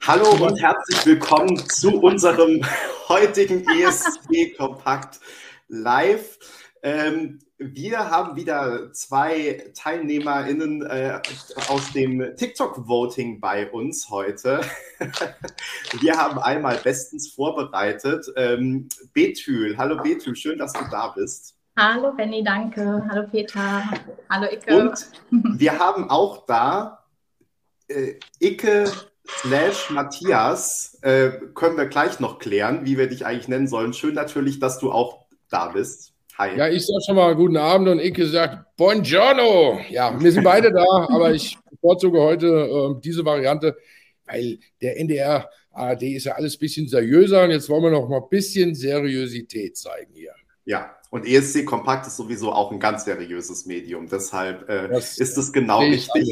Hallo und herzlich willkommen zu unserem heutigen ESC Kompakt Live. Wir haben wieder zwei TeilnehmerInnen aus dem TikTok-Voting bei uns heute. Wir haben einmal bestens vorbereitet Betül. Hallo Betül, schön, dass du da bist. Hallo Benni, danke. Hallo Peter. Hallo Icke. Und wir haben auch da Icke/Matthias, können wir gleich noch klären, wie wir dich eigentlich nennen sollen. Schön natürlich, dass du auch da bist. Hi. Ja, ich sage schon mal guten Abend und Icke sagt Buongiorno. Ja, wir sind beide da, aber ich bevorzuge heute diese Variante, weil der NDR, ARD ist ja alles ein bisschen seriöser und jetzt wollen wir noch mal ein bisschen Seriosität zeigen hier. Ja, und ESC Kompakt ist sowieso auch ein ganz seriöses Medium, deshalb ist es genau richtig.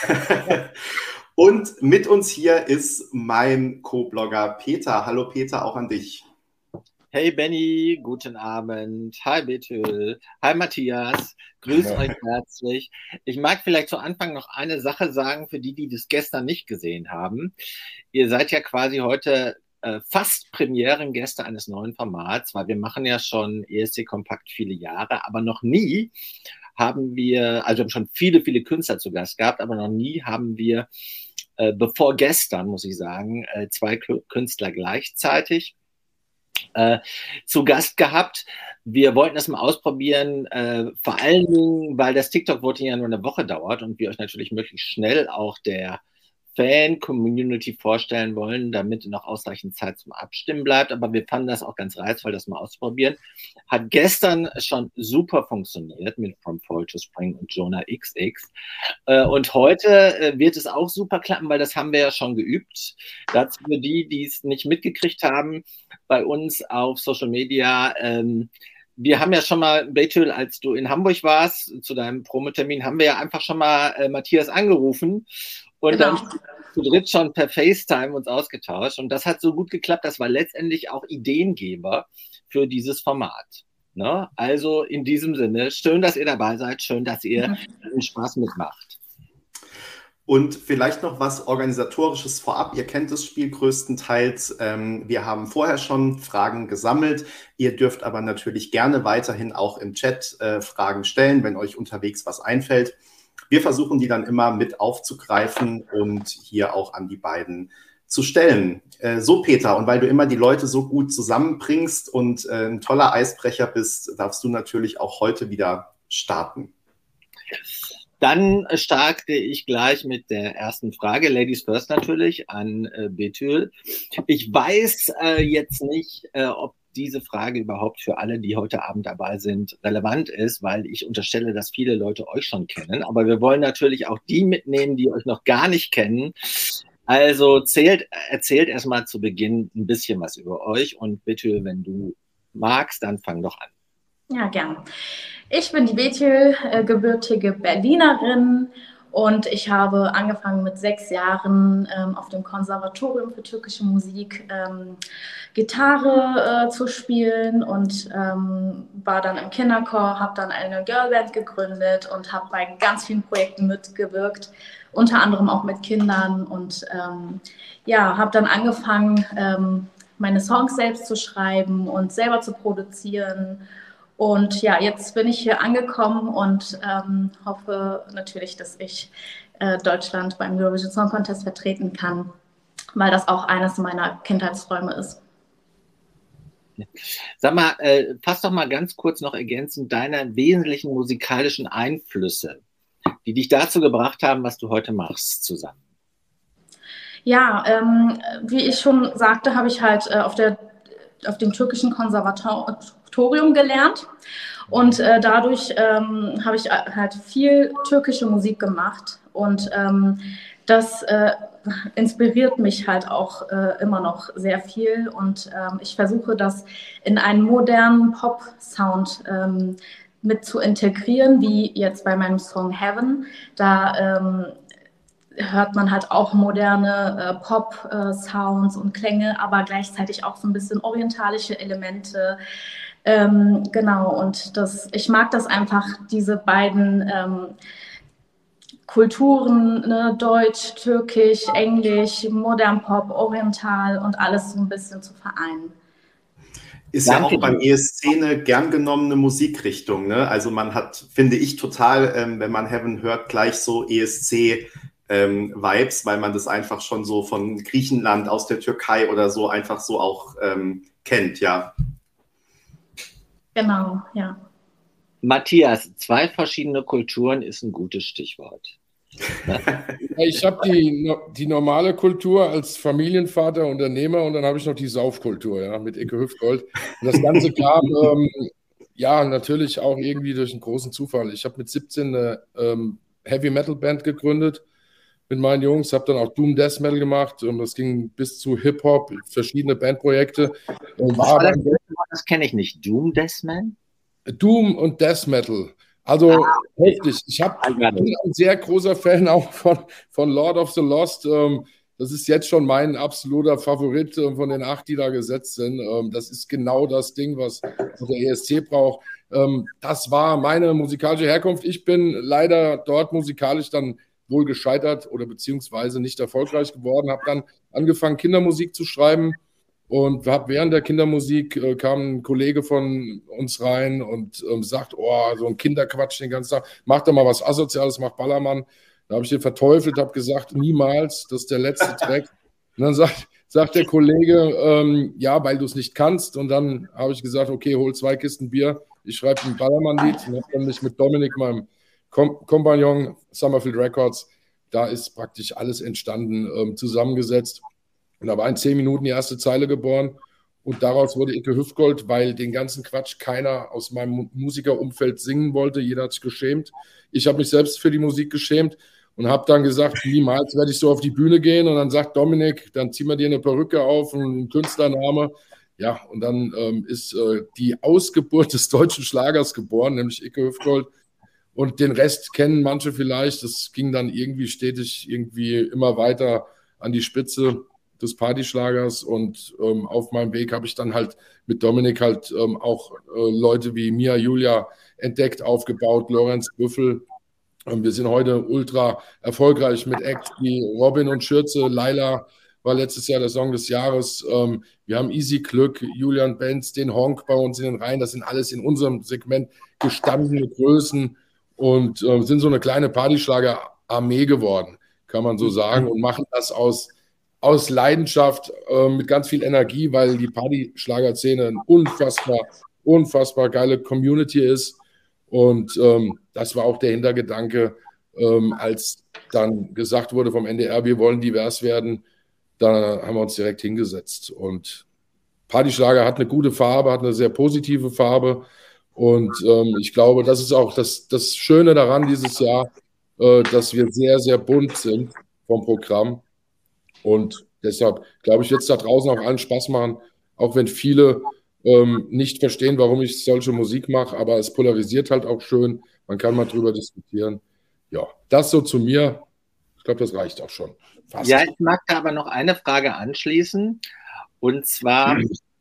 Und mit uns hier ist mein Co-Blogger Peter. Hallo Peter, auch an dich. Hey Benni, guten Abend. Hi Betül. Hi Matthias. Grüß euch herzlich. Ich mag vielleicht zu Anfang noch eine Sache sagen, für die das gestern nicht gesehen haben. Ihr seid ja quasi heute fast Premierengäste eines neuen Formats, weil wir machen ja schon ESC Kompakt viele Jahre, aber noch nie haben wir, also wir haben schon viele Künstler zu Gast gehabt, aber noch nie haben wir, bevor gestern, muss ich sagen, zwei Künstler gleichzeitig zu Gast gehabt. Wir wollten das mal ausprobieren, vor allen Dingen, weil das TikTok-Voting ja nur eine Woche dauert und wir euch natürlich möglichst schnell auch der Fan-Community vorstellen wollen, damit noch ausreichend Zeit zum Abstimmen bleibt. Aber wir fanden das auch ganz reizvoll, das mal auszuprobieren. Hat gestern schon super funktioniert mit From Fall to Spring und Jonah XX. Und heute wird es auch super klappen, weil das haben wir ja schon geübt. Dazu für die es nicht mitgekriegt haben, bei uns auf Social Media. Wir haben ja schon mal, Betül, als du in Hamburg warst, zu deinem Promotermin, haben wir ja einfach schon mal Matthias angerufen und dann zu dritt schon per FaceTime uns ausgetauscht. Und das hat so gut geklappt, das war letztendlich auch Ideengeber für dieses Format. Ne? Also in diesem Sinne, schön, dass ihr dabei seid, schön, dass ihr den Spaß mitmacht. Und vielleicht noch was Organisatorisches vorab. Ihr kennt das Spiel größtenteils. Wir haben vorher schon Fragen gesammelt. Ihr dürft aber natürlich gerne weiterhin auch im Chat Fragen stellen, wenn euch unterwegs was einfällt. Wir versuchen die dann immer mit aufzugreifen und hier auch an die beiden zu stellen. So, Peter, und weil du immer die Leute so gut zusammenbringst und ein toller Eisbrecher bist, darfst du natürlich auch heute wieder starten. Dann starte ich gleich mit der ersten Frage. Ladies first natürlich an Betül. Ich weiß jetzt nicht, ob diese Frage überhaupt für alle, die heute Abend dabei sind, relevant ist, weil ich unterstelle, dass viele Leute euch schon kennen. Aber wir wollen natürlich auch die mitnehmen, die euch noch gar nicht kennen. Also erzählt erstmal zu Beginn ein bisschen was über euch. Und Betül, wenn du magst, dann fang doch an. Ja, gerne. Ich bin die Betül, gebürtige Berlinerin. Und ich habe angefangen mit 6 Jahren auf dem Konservatorium für türkische Musik Gitarre zu spielen und war dann im Kinderchor, habe dann eine Girlband gegründet und habe bei ganz vielen Projekten mitgewirkt, unter anderem auch mit Kindern und habe dann angefangen, meine Songs selbst zu schreiben und selber zu produzieren. Und ja, jetzt bin ich hier angekommen und hoffe natürlich, dass ich Deutschland beim Eurovision Song Contest vertreten kann, weil das auch eines meiner Kindheitsträume ist. Sag mal, fass doch mal ganz kurz noch ergänzend deine wesentlichen musikalischen Einflüsse, die dich dazu gebracht haben, was du heute machst, zusammen. Ja, wie ich schon sagte, habe ich halt auf dem türkischen Konservatorium gelernt und dadurch habe ich halt viel türkische Musik gemacht und das inspiriert mich halt auch immer noch sehr viel und ich versuche das in einen modernen Pop-Sound mit zu integrieren, wie jetzt bei meinem Song Heaven. Da hört man halt auch moderne Pop-Sounds und Klänge, aber gleichzeitig auch so ein bisschen orientalische Elemente. Genau, und ich mag das einfach, diese beiden Kulturen, ne, Deutsch, Türkisch, Englisch, Modern Pop, Oriental und alles so ein bisschen zu vereinen. Ist ja auch beim ESC eine gern genommene Musikrichtung, ne? Also man hat, finde ich, total, wenn man Heaven hört, gleich so ESC-Vibes, weil man das einfach schon so von Griechenland, aus der Türkei oder so einfach so auch kennt, ja. Genau, ja. Matthias, 2 verschiedene Kulturen ist ein gutes Stichwort. Ich habe die normale Kultur als Familienvater, Unternehmer und dann habe ich noch die Saufkultur, ja, mit Icke Hüftgold. Und das Ganze kam ja natürlich auch irgendwie durch einen großen Zufall. Ich habe mit 17 eine Heavy-Metal-Band gegründet mit meinen Jungs, habe dann auch Doom Death Metal gemacht und das ging bis zu Hip-Hop, verschiedene Bandprojekte. Das kenne ich nicht. Doom Death Metal? Doom und Death Metal. Also heftig. Ich bin ein sehr großer Fan auch von Lord of the Lost. Das ist jetzt schon mein absoluter Favorit von den 8, die da gesetzt sind. Das ist genau das Ding, was der ESC braucht. Das war meine musikalische Herkunft. Ich bin leider dort musikalisch dann wohl gescheitert oder beziehungsweise nicht erfolgreich geworden. Habe dann angefangen, Kindermusik zu schreiben. Und während der Kindermusik kam ein Kollege von uns rein und sagt, oh, so ein Kinderquatsch den ganzen Tag, mach doch mal was Asoziales, mach Ballermann. Da habe ich den verteufelt, habe gesagt, niemals, das ist der letzte Track. Und dann sagt der Kollege, ja, weil du es nicht kannst. Und dann habe ich gesagt, okay, hol 2 Kisten Bier, ich schreibe ein Ballermann-Lied. Und habe dann mich mit Dominik, meinem Kompagnon, Summerfield Records, da ist praktisch alles entstanden, zusammengesetzt. Und da war in 10 Minuten die erste Zeile geboren und daraus wurde Icke Hüftgold, weil den ganzen Quatsch keiner aus meinem Musikerumfeld singen wollte. Jeder hat sich geschämt. Ich habe mich selbst für die Musik geschämt und habe dann gesagt, niemals werde ich so auf die Bühne gehen. Und dann sagt Dominik, dann zieh mal dir eine Perücke auf und einen Künstlername. Ja, und dann ist die Ausgeburt des deutschen Schlagers geboren, nämlich Icke Hüftgold. Und den Rest kennen manche vielleicht. Das ging dann irgendwie stetig irgendwie immer weiter an die Spitze des Partyschlagers und auf meinem Weg habe ich dann halt mit Dominik halt auch Leute wie Mia Julia entdeckt, aufgebaut, Lorenz Büffel. Wir sind heute ultra erfolgreich mit Acts wie Robin und Schürze, Laila war letztes Jahr der Song des Jahres. Wir haben Easy Glück, Julian Benz, den Honk bei uns in den Reihen. Das sind alles in unserem Segment gestandene Größen und sind so eine kleine Partyschlager-Armee geworden, kann man so sagen, und machen das aus Leidenschaft, mit ganz viel Energie, weil die Partyschlager-Szene eine unfassbar geile Community ist. Und das war auch der Hintergedanke, als dann gesagt wurde vom NDR, wir wollen divers werden, da haben wir uns direkt hingesetzt. Und Partyschlager hat eine gute Farbe, hat eine sehr positive Farbe. Und ich glaube, das ist auch das Schöne daran dieses Jahr, dass wir sehr, sehr bunt sind vom Programm. Und deshalb, glaube ich, wird es da draußen auch allen Spaß machen, auch wenn viele nicht verstehen, warum ich solche Musik mache, aber es polarisiert halt auch schön. Man kann mal drüber diskutieren. Ja, das so zu mir. Ich glaube, das reicht auch schon. Fast. Ja, ich mag da aber noch eine Frage anschließen. Und zwar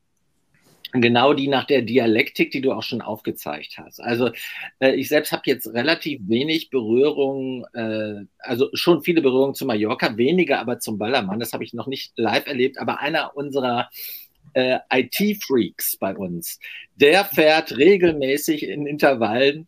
genau die nach der Dialektik, die du auch schon aufgezeigt hast. Also ich selbst habe jetzt relativ wenig Berührung, also schon viele Berührungen zu Mallorca, weniger aber zum Ballermann. Das habe ich noch nicht live erlebt. Aber einer unserer IT-Freaks bei uns, der fährt regelmäßig in Intervallen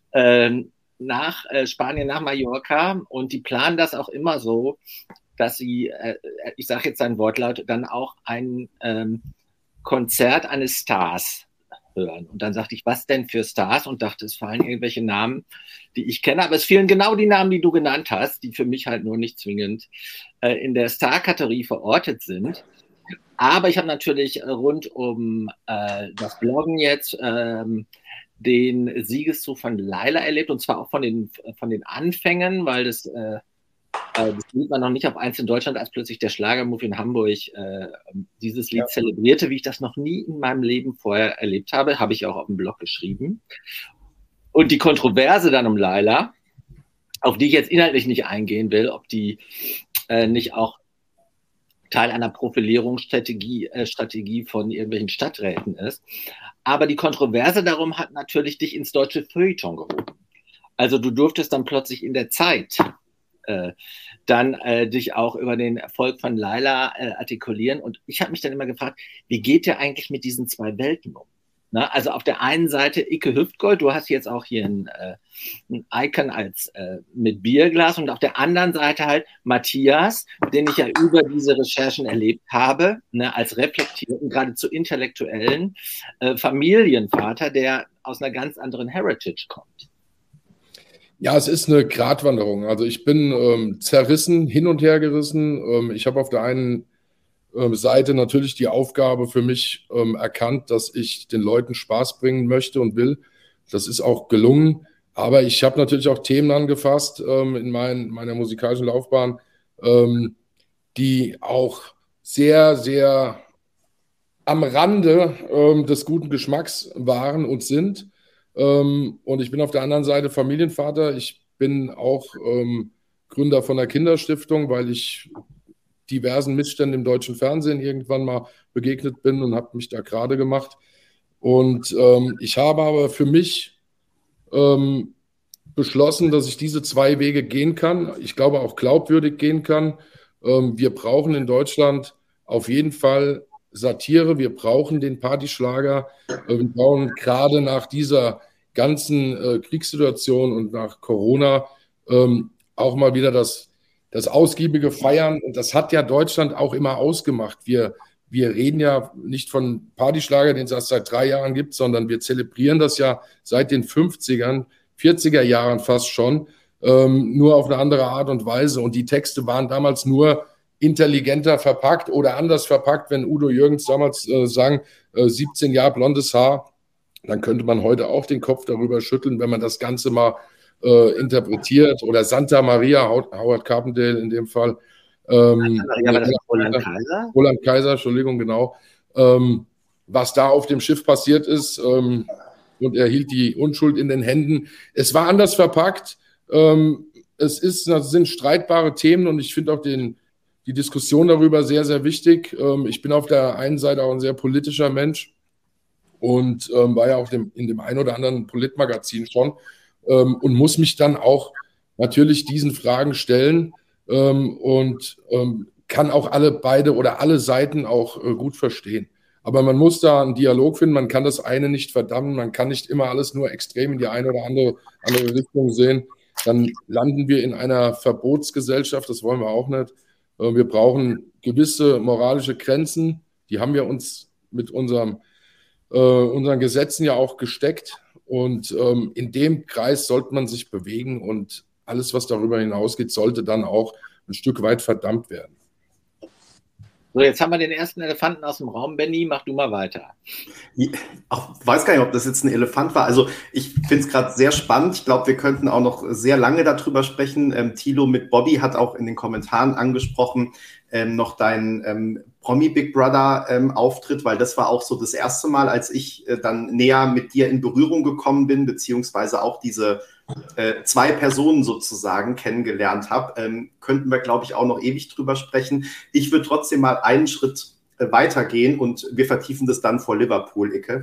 nach Spanien, nach Mallorca, und die planen das auch immer so, dass sie, ich sage jetzt ein Wortlaut, dann auch ein Konzert eines Stars hören. Und dann sagte ich, was denn für Stars? Und dachte, es fallen irgendwelche Namen, die ich kenne, aber es fielen genau die Namen, die du genannt hast, die für mich halt nur nicht zwingend in der Star-Kategorie verortet sind. Aber ich habe natürlich rund um das Bloggen jetzt den Siegeszug von Laila erlebt, und zwar auch von den Anfängen, weil das Lied war noch nicht auf 1 in Deutschland, als plötzlich der Schlagermove in Hamburg dieses Lied zelebrierte, wie ich das noch nie in meinem Leben vorher erlebt habe, habe ich auch auf dem Blog geschrieben. Und die Kontroverse dann um Laila, auf die ich jetzt inhaltlich nicht eingehen will, ob die nicht auch Teil einer Profilierungsstrategie von irgendwelchen Stadträten ist. Aber die Kontroverse darum hat natürlich dich ins deutsche Feuilleton gehoben. Also du durftest dann plötzlich in der Zeit dann dich auch über den Erfolg von Laila artikulieren. Und ich habe mich dann immer gefragt, wie geht der eigentlich mit diesen zwei Welten um? Na, also auf der einen Seite Icke Hüftgold, du hast jetzt auch hier ein Icon als mit Bierglas, und auf der anderen Seite halt Matthias, den ich ja über diese Recherchen erlebt habe, ne, als reflektierten, geradezu intellektuellen Familienvater, der aus einer ganz anderen Heritage kommt. Ja, es ist eine Gratwanderung. Also ich bin zerrissen, hin und her gerissen. Ich habe auf der einen Seite natürlich die Aufgabe für mich erkannt, dass ich den Leuten Spaß bringen möchte und will. Das ist auch gelungen. Aber ich habe natürlich auch Themen angefasst in meiner musikalischen Laufbahn, die auch sehr, sehr am Rande des guten Geschmacks waren und sind. Und ich bin auf der anderen Seite Familienvater. Ich bin auch Gründer von einer Kinderstiftung, weil ich diversen Missständen im deutschen Fernsehen irgendwann mal begegnet bin und habe mich da gerade gemacht. Und ich habe aber für mich beschlossen, dass ich diese zwei Wege gehen kann. Ich glaube auch glaubwürdig gehen kann. Wir brauchen in Deutschland auf jeden Fall Satire. Wir brauchen den Partyschlager. Wir brauchen gerade nach dieser ganzen Kriegssituation und nach Corona auch mal wieder das ausgiebige Feiern. Und das hat ja Deutschland auch immer ausgemacht. Wir reden ja nicht von Partyschlager, den es erst seit 3 Jahren gibt, sondern wir zelebrieren das ja seit den 50ern, 40er Jahren fast schon, nur auf eine andere Art und Weise. Und die Texte waren damals nur intelligenter verpackt oder anders verpackt. Wenn Udo Jürgens damals sang, 17 Jahre blondes Haar, dann könnte man heute auch den Kopf darüber schütteln, wenn man das Ganze mal interpretiert. Oder Santa Maria, Howard Carpendale in dem Fall. War das Roland Kaiser? Roland Kaiser, Entschuldigung, genau. Was da auf dem Schiff passiert ist, und er hielt die Unschuld in den Händen. Es war anders verpackt. Das sind streitbare Themen, und ich finde auch die Diskussion darüber sehr, sehr wichtig. Ich bin auf der einen Seite auch ein sehr politischer Mensch und war ja auch in dem ein oder anderen Politmagazin schon und muss mich dann auch natürlich diesen Fragen stellen und kann auch alle Seiten auch gut verstehen. Aber man muss da einen Dialog finden, man kann das eine nicht verdammen, man kann nicht immer alles nur extrem in die eine oder andere Richtung sehen. Dann landen wir in einer Verbotsgesellschaft, das wollen wir auch nicht. Wir brauchen gewisse moralische Grenzen, die haben wir uns mit unseren Gesetzen ja auch gesteckt. Und in dem Kreis sollte man sich bewegen, und alles, was darüber hinausgeht, sollte dann auch ein Stück weit verdammt werden. So, jetzt haben wir den ersten Elefanten aus dem Raum. Benni, mach du mal weiter. Ich weiß gar nicht, ob das jetzt ein Elefant war. Also ich finde es gerade sehr spannend. Ich glaube, wir könnten auch noch sehr lange darüber sprechen. Thilo mit Bobby hat auch in den Kommentaren angesprochen, noch deinen Promi Big Brother Auftritt, weil das war auch so das erste Mal, als ich dann näher mit dir in Berührung gekommen bin, beziehungsweise auch diese 2 Personen sozusagen kennengelernt habe. Könnten wir, glaube ich, auch noch ewig drüber sprechen. Ich würde trotzdem mal einen Schritt weitergehen, und wir vertiefen das dann vor Liverpool, Icke.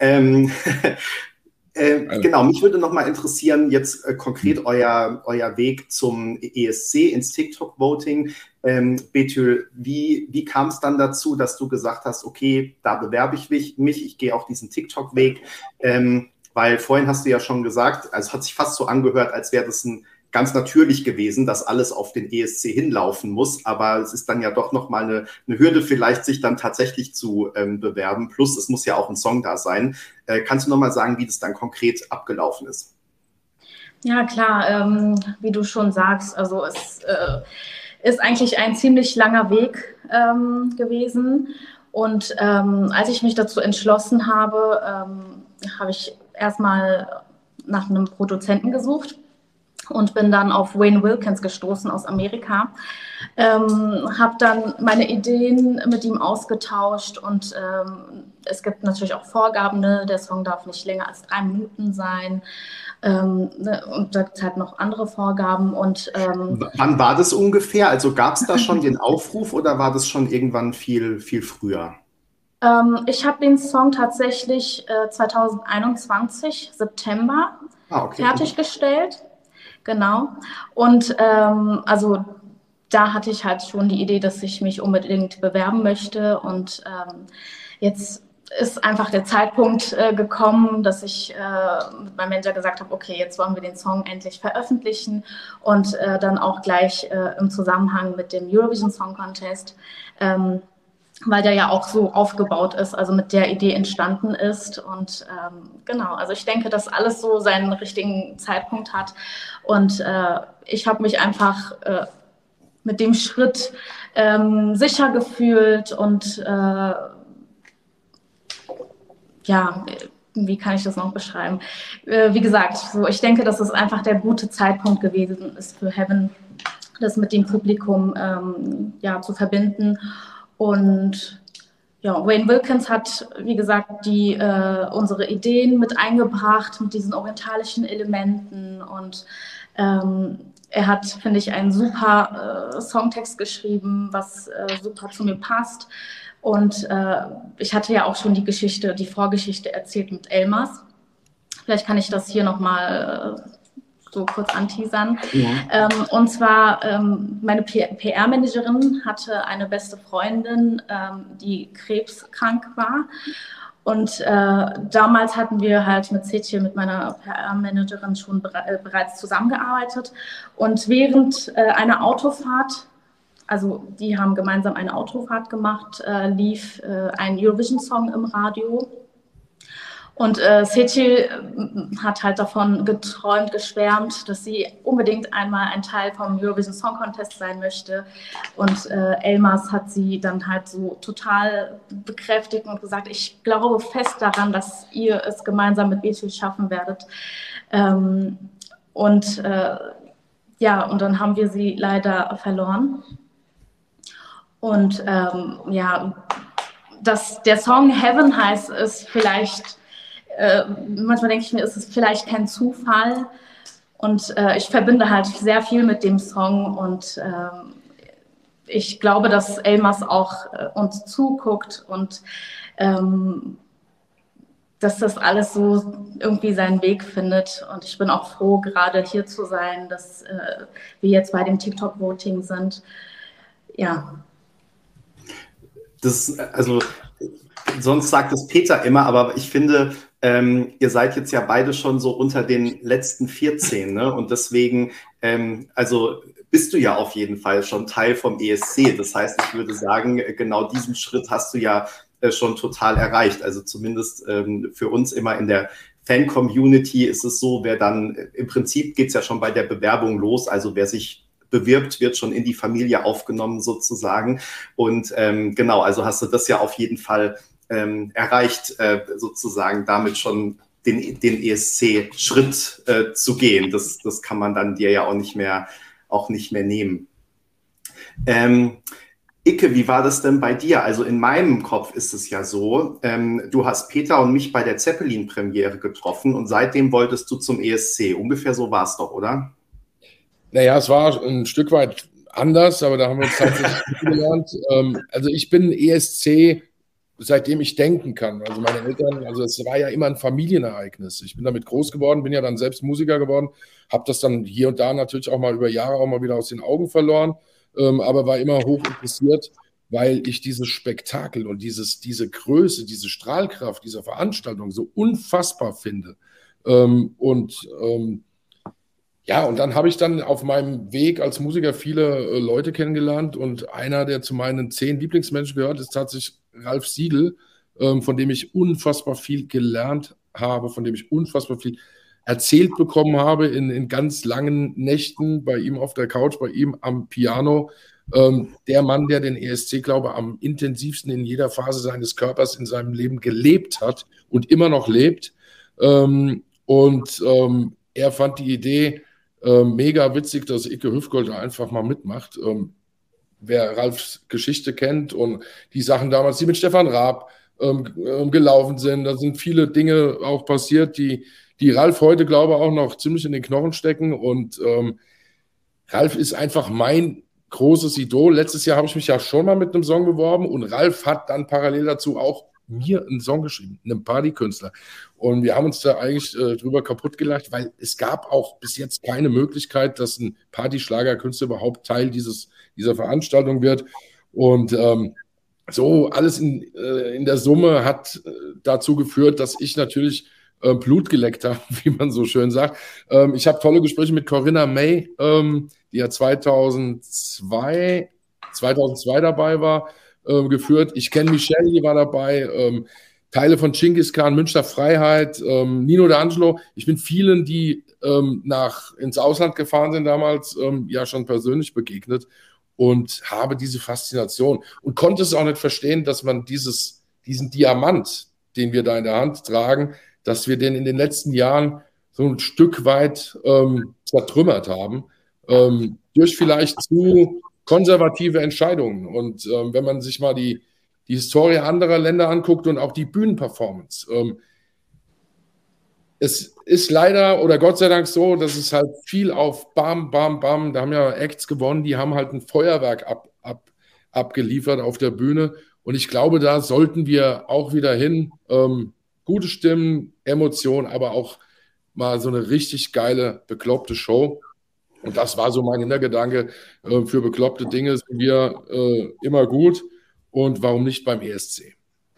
Genau, mich würde noch mal interessieren, jetzt konkret euer Weg zum ESC, ins TikTok-Voting. Betül, wie kam es dann dazu, dass du gesagt hast, okay, da bewerbe ich mich, ich gehe auf diesen TikTok-Weg? Weil vorhin hast du ja schon gesagt, also hat sich fast so angehört, als wäre das ganz natürlich gewesen, dass alles auf den ESC hinlaufen muss. Aber es ist dann ja doch noch mal eine Hürde, vielleicht sich dann tatsächlich zu bewerben. Plus, es muss ja auch ein Song da sein. Kannst du noch mal sagen, wie das dann konkret abgelaufen ist? Ja, klar. Wie du schon sagst, also es ist eigentlich ein ziemlich langer Weg gewesen. Und als ich mich dazu entschlossen habe, habe ich erstmal nach einem Produzenten gesucht und bin dann auf Wayne Wilkins gestoßen aus Amerika. Habe dann meine Ideen mit ihm ausgetauscht, und es gibt natürlich auch Vorgaben, ne? Der Song darf nicht länger als 3 Minuten sein, und da gibt es halt noch andere Vorgaben. Und wann war das ungefähr? Also gab es da schon den Aufruf, oder war das schon irgendwann viel, viel früher? Ich habe den Song tatsächlich 2021, September, fertiggestellt. Genau. Und also da hatte ich halt schon die Idee, dass ich mich unbedingt bewerben möchte. Und jetzt ist einfach der Zeitpunkt gekommen, dass ich mit meinem Manager gesagt habe, okay, jetzt wollen wir den Song endlich veröffentlichen und dann auch gleich im Zusammenhang mit dem Eurovision Song Contest, weil der ja auch so aufgebaut ist, also mit der Idee entstanden ist. Und genau, also ich denke, dass alles so seinen richtigen Zeitpunkt hat. Und ich habe mich einfach mit dem Schritt sicher gefühlt und ja, wie kann ich das noch beschreiben? Wie gesagt, so, ich denke, dass es einfach der gute Zeitpunkt gewesen ist für Heaven, das mit dem Publikum ja, zu verbinden. Und ja, Wayne Wilkins hat, wie gesagt, unsere Ideen mit eingebracht, mit diesen orientalischen Elementen. Und er hat, finde ich, einen super Songtext geschrieben, was super zu mir passt. Und ich hatte ja auch schon die Vorgeschichte erzählt mit Elmas. Vielleicht kann ich das hier nochmal so kurz anteasern. Ja. Und zwar, meine PR-Managerin hatte eine beste Freundin, die krebskrank war. Und damals hatten wir halt mit Setje, mit meiner PR-Managerin schon bereits zusammengearbeitet. Und während einer Autofahrt, also die haben gemeinsam eine Autofahrt gemacht, lief ein Eurovision-Song im Radio. Und Setje hat halt davon geträumt, geschwärmt, dass sie unbedingt einmal ein Teil vom Eurovision Song Contest sein möchte. Und Elmas hat sie dann halt so total bekräftigt und gesagt, ich glaube fest daran, dass ihr es gemeinsam mit Bethel schaffen werdet. Und dann haben wir sie leider verloren. Und ja, dass der Song Heaven heißt, ist vielleicht, manchmal denke ich mir, ist es vielleicht kein Zufall. Und ich verbinde halt sehr viel mit dem Song. Und ich glaube, dass Elmas auch uns zuguckt und dass das alles so irgendwie seinen Weg findet. Und ich bin auch froh, gerade hier zu sein, dass wir jetzt bei dem TikTok-Voting sind. Ja. Also sonst sagt es Peter immer, aber ich finde, ihr seid jetzt ja beide schon so unter den letzten 14, ne? Und deswegen, also bist du ja auf jeden Fall schon Teil vom ESC. Das heißt, ich würde sagen, genau diesen Schritt hast du ja schon total erreicht. Also zumindest für uns immer in der Fan-Community ist es so, wer dann, im Prinzip geht es ja schon bei der Bewerbung los, also wer sich bewirbt, wird schon in die Familie aufgenommen sozusagen. Und genau, also hast du das ja auf jeden Fall erreicht, sozusagen damit schon den ESC-Schritt zu gehen. Das kann man dann dir ja auch nicht mehr nehmen. Icke, wie war das denn bei dir? Also in meinem Kopf ist es ja so, du hast Peter und mich bei der Zeppelin-Premiere getroffen und seitdem wolltest du zum ESC. Ungefähr so war es doch, oder? Naja, es war ein Stück weit anders, aber da haben wir uns tatsächlich gelernt. Also ich bin ESC, seitdem ich denken kann. Also meine Eltern, also es war ja immer ein Familienereignis. Ich bin damit groß geworden, bin ja dann selbst Musiker geworden, habe das dann hier und da natürlich auch mal über Jahre auch mal wieder aus den Augen verloren, aber war immer hoch interessiert, weil ich dieses Spektakel und diese Größe, diese Strahlkraft dieser Veranstaltung so unfassbar finde. Ja, und dann habe ich dann auf meinem Weg als Musiker viele Leute kennengelernt und einer, der zu meinen 10 Lieblingsmenschen gehört, ist tatsächlich Ralf Siegel, von dem ich unfassbar viel gelernt habe, von dem ich unfassbar viel erzählt bekommen habe in ganz langen Nächten bei ihm auf der Couch, bei ihm am Piano. Der Mann, der den ESC, glaube ich, am intensivsten in jeder Phase seines Körpers in seinem Leben gelebt hat und immer noch lebt. Er fand die Idee mega witzig, dass Icke Hüfgold da einfach mal mitmacht. Wer Ralfs Geschichte kennt und die Sachen damals, die mit Stefan Raab gelaufen sind, da sind viele Dinge auch passiert, die Ralf heute, glaube ich, auch noch ziemlich in den Knochen stecken. Und Ralf ist einfach mein großes Idol. Letztes Jahr habe ich mich ja schon mal mit einem Song beworben und Ralf hat dann parallel dazu auch mir einen Song geschrieben, einem Partykünstler. Und wir haben uns da eigentlich drüber kaputt gelacht, weil es gab auch bis jetzt keine Möglichkeit, dass ein Partyschlagerkünstler überhaupt Teil dieser Veranstaltung wird. Und so alles in der Summe hat dazu geführt, dass ich natürlich Blut geleckt habe, wie man so schön sagt. Ich habe tolle Gespräche mit Corinna May, die ja 2002 dabei war, geführt. Ich kenne Michelle, die war dabei. Teile von Genghis Khan, Münster Freiheit, Nino D'Angelo. Ich bin vielen, die ins Ausland gefahren sind damals, ja schon persönlich begegnet und habe diese Faszination und konnte es auch nicht verstehen, dass man diesen Diamant, den wir da in der Hand tragen, dass wir den in den letzten Jahren so ein Stück weit zertrümmert haben, durch vielleicht zu konservative Entscheidungen. Und wenn man sich mal die Historie anderer Länder anguckt und auch die Bühnenperformance, es ist leider oder Gott sei Dank so, dass es halt viel auf Bam, Bam, Bam, da haben ja Acts gewonnen, die haben halt ein Feuerwerk abgeliefert auf der Bühne. Und ich glaube, da sollten wir auch wieder hin, gute Stimmen, Emotionen, aber auch mal so eine richtig geile, bekloppte Show. Und das war so mein Hintergedanke. Für bekloppte Dinge sind wir immer gut. Und warum nicht beim ESC?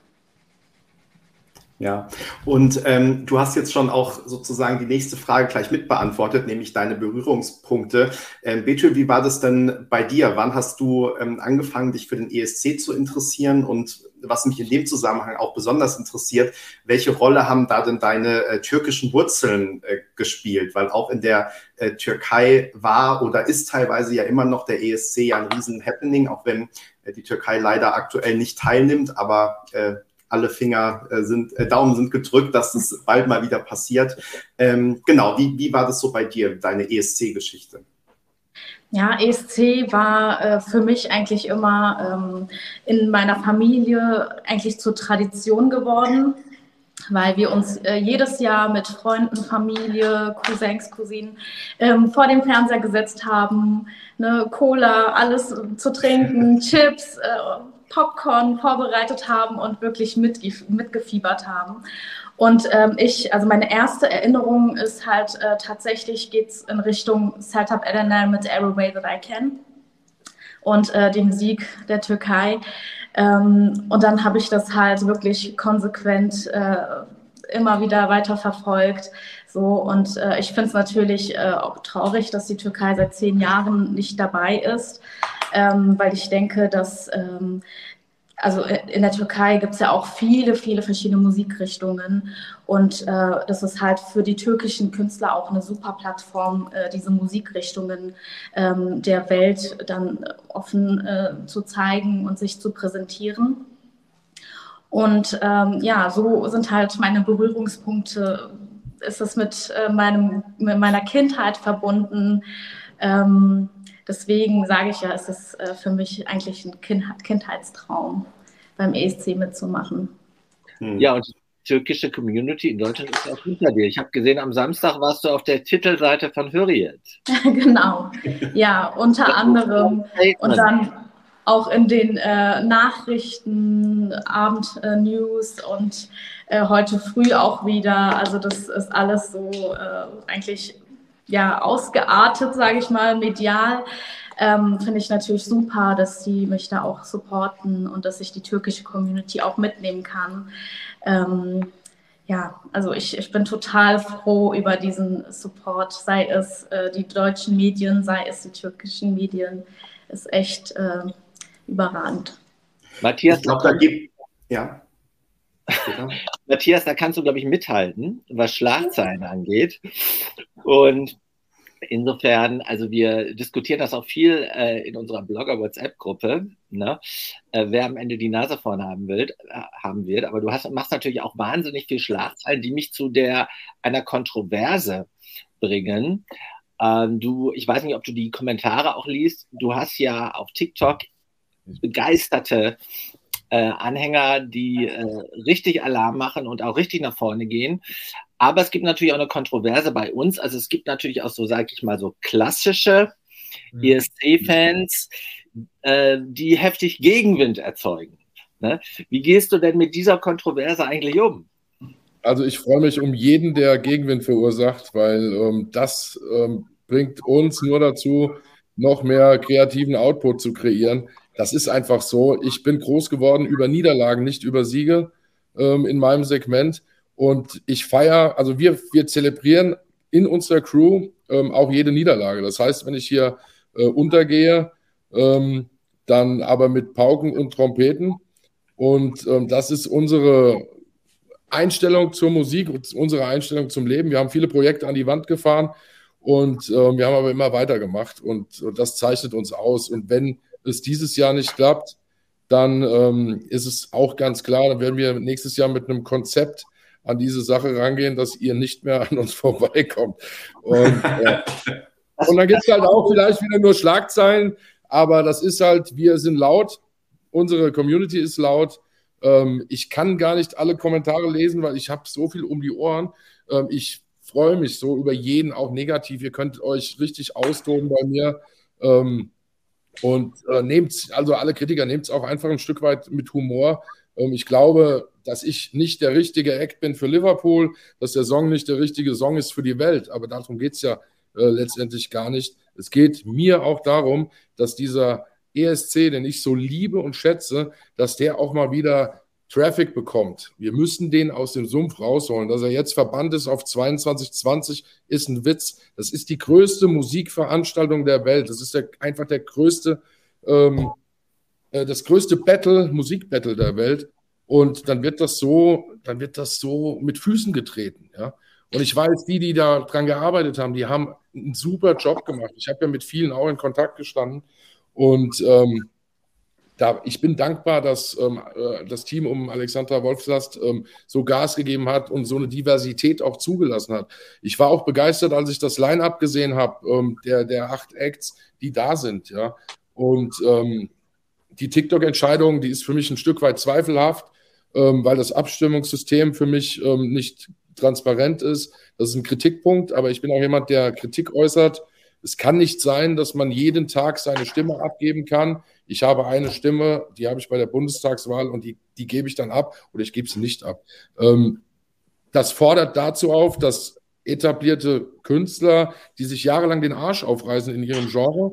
Ja, und du hast jetzt schon auch sozusagen die nächste Frage gleich mitbeantwortet, nämlich deine Berührungspunkte. Betül, wie war das denn bei dir? Wann hast du angefangen, dich für den ESC zu interessieren? Und was mich in dem Zusammenhang auch besonders interessiert, welche Rolle haben da denn deine türkischen Wurzeln gespielt? Weil auch in der Türkei war oder ist teilweise ja immer noch der ESC ja ein riesen Happening, auch wenn die Türkei leider aktuell nicht teilnimmt, aber alle Daumen sind gedrückt, dass es bald mal wieder passiert. Genau, wie war das so bei dir, deine ESC-Geschichte? Ja, ESC war für mich eigentlich immer in meiner Familie eigentlich zur Tradition geworden, weil wir uns jedes Jahr mit Freunden, Familie, Cousins, Cousinen vor den Fernseher gesetzt haben, ne, Cola, alles zu trinken, Chips, Popcorn vorbereitet haben und wirklich mitgefiebert haben. Und also meine erste Erinnerung ist halt tatsächlich geht's in Richtung Sertab Erener mit Every Way That I Can und dem Sieg der Türkei. Und dann habe ich das halt wirklich konsequent immer wieder weiter verfolgt. So, und ich finde es natürlich auch traurig, dass die Türkei seit 10 Jahren nicht dabei ist, weil ich denke, dass also in der Türkei gibt es ja auch viele, viele verschiedene Musikrichtungen und das ist halt für die türkischen Künstler auch eine super Plattform, diese Musikrichtungen der Welt dann offen zu zeigen und sich zu präsentieren. Und ja, so sind halt meine Berührungspunkte, ist es mit meiner Kindheit verbunden. Deswegen sage ich ja, es ist für mich eigentlich ein Kindheitstraum, beim ESC mitzumachen. Ja, und die türkische Community in Deutschland ist auch hinter dir. Ich habe gesehen, am Samstag warst du auf der Titelseite von Hürriyet. Genau, ja, unter anderem. Und dann auch in den Nachrichten, Abend-News und heute früh auch wieder. Also das ist alles so eigentlich ja ausgeartet, sage ich mal, medial. Finde ich natürlich super, dass sie mich da auch supporten und dass ich die türkische Community auch mitnehmen kann. Ja, also ich bin total froh über diesen Support, sei es die deutschen Medien, sei es die türkischen Medien. Ist echt überragend. Matthias, ich glaube, da gibt ja. Matthias, da kannst du, glaube ich, mithalten, was Schlagzeilen angeht. Und insofern, also wir diskutieren das auch viel in unserer Blogger-WhatsApp-Gruppe, ne? Wer am Ende die Nase vorne haben wird. Aber du machst natürlich auch wahnsinnig viel Schlagzeilen, die mich zu einer Kontroverse bringen. Ich weiß nicht, ob du die Kommentare auch liest. Du hast ja auf TikTok begeisterte Anhänger, die richtig Alarm machen und auch richtig nach vorne gehen. Aber es gibt natürlich auch eine Kontroverse bei uns. Also es gibt natürlich auch so, sage ich mal, so klassische ESC-Fans, die heftig Gegenwind erzeugen. Ne? Wie gehst du denn mit dieser Kontroverse eigentlich um? Also ich freue mich um jeden, der Gegenwind verursacht, weil das bringt uns nur dazu, noch mehr kreativen Output zu kreieren. Das ist einfach so. Ich bin groß geworden über Niederlagen, nicht über Siege in meinem Segment. Und ich feiere, also wir zelebrieren in unserer Crew auch jede Niederlage. Das heißt, wenn ich hier untergehe, dann aber mit Pauken und Trompeten. Und das ist unsere Einstellung zur Musik, unsere Einstellung zum Leben. Wir haben viele Projekte an die Wand gefahren und wir haben aber immer weitergemacht und das zeichnet uns aus. Und wenn es dieses Jahr nicht klappt, dann ist es auch ganz klar, dann werden wir nächstes Jahr mit einem Konzept an diese Sache rangehen, dass ihr nicht mehr an uns vorbeikommt. Und dann gibt es halt auch vielleicht wieder nur Schlagzeilen, aber das ist halt, wir sind laut, unsere Community ist laut. Ich kann gar nicht alle Kommentare lesen, weil ich habe so viel um die Ohren. Ich freue mich so über jeden, auch negativ. Ihr könnt euch richtig austoben bei mir. Und nehmt, also alle Kritiker, nehmt es auch einfach ein Stück weit mit Humor. Ich glaube, dass ich nicht der richtige Act bin für Liverpool, dass der Song nicht der richtige Song ist für die Welt. Aber darum geht es ja letztendlich gar nicht. Es geht mir auch darum, dass dieser ESC, den ich so liebe und schätze, dass der auch mal wieder Traffic bekommt. Wir müssen den aus dem Sumpf rausholen. Dass er jetzt verbannt ist auf 2220, ist ein Witz. Das ist die größte Musikveranstaltung der Welt. Das ist einfach der größte, das größte Musikbattle der Welt. Und dann wird das so mit Füßen getreten. Ja? Und ich weiß, die da dran gearbeitet haben, die haben einen super Job gemacht. Ich habe ja mit vielen auch in Kontakt gestanden. Und ich bin dankbar, dass das Team um Alexandra Wolfslast so Gas gegeben hat und so eine Diversität auch zugelassen hat. Ich war auch begeistert, als ich das Line-Up gesehen habe, der 8 Acts, die da sind. Ja? Und die TikTok-Entscheidung, die ist für mich ein Stück weit zweifelhaft, weil das Abstimmungssystem für mich nicht transparent ist. Das ist ein Kritikpunkt, aber ich bin auch jemand, der Kritik äußert. Es kann nicht sein, dass man jeden Tag seine Stimme abgeben kann. Ich habe eine Stimme, die habe ich bei der Bundestagswahl und die gebe ich dann ab oder ich gebe sie nicht ab. Das fordert dazu auf, dass etablierte Künstler, die sich jahrelang den Arsch aufreißen in ihrem Genre,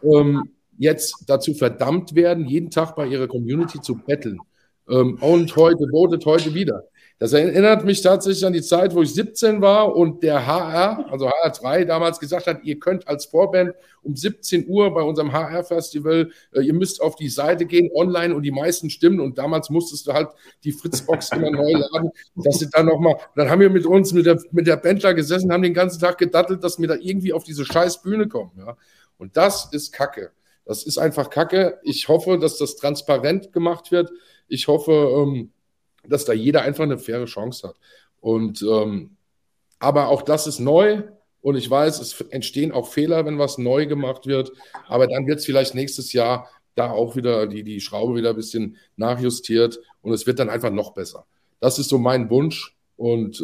jetzt dazu verdammt werden, jeden Tag bei ihrer Community zu betteln. Und votet heute wieder. Das erinnert mich tatsächlich an die Zeit, wo ich 17 war und der HR, also HR3, damals gesagt hat, ihr könnt als Vorband um 17 Uhr bei unserem HR-Festival, ihr müsst auf die Seite gehen, online und die meisten stimmen. Und damals musstest du halt die Fritzbox immer neu laden, dass sie dann nochmal, dann haben wir mit uns, mit der Band da gesessen, haben den ganzen Tag gedattelt, dass wir da irgendwie auf diese scheiß Bühne kommen. Ja? Und das ist Kacke. Das ist einfach Kacke. Ich hoffe, dass das transparent gemacht wird. Ich hoffe, dass da jeder einfach eine faire Chance hat. Und aber auch das ist neu und ich weiß, es entstehen auch Fehler, wenn was neu gemacht wird, aber dann wird es vielleicht nächstes Jahr da auch wieder die Schraube wieder ein bisschen nachjustiert und es wird dann einfach noch besser. Das ist so mein Wunsch und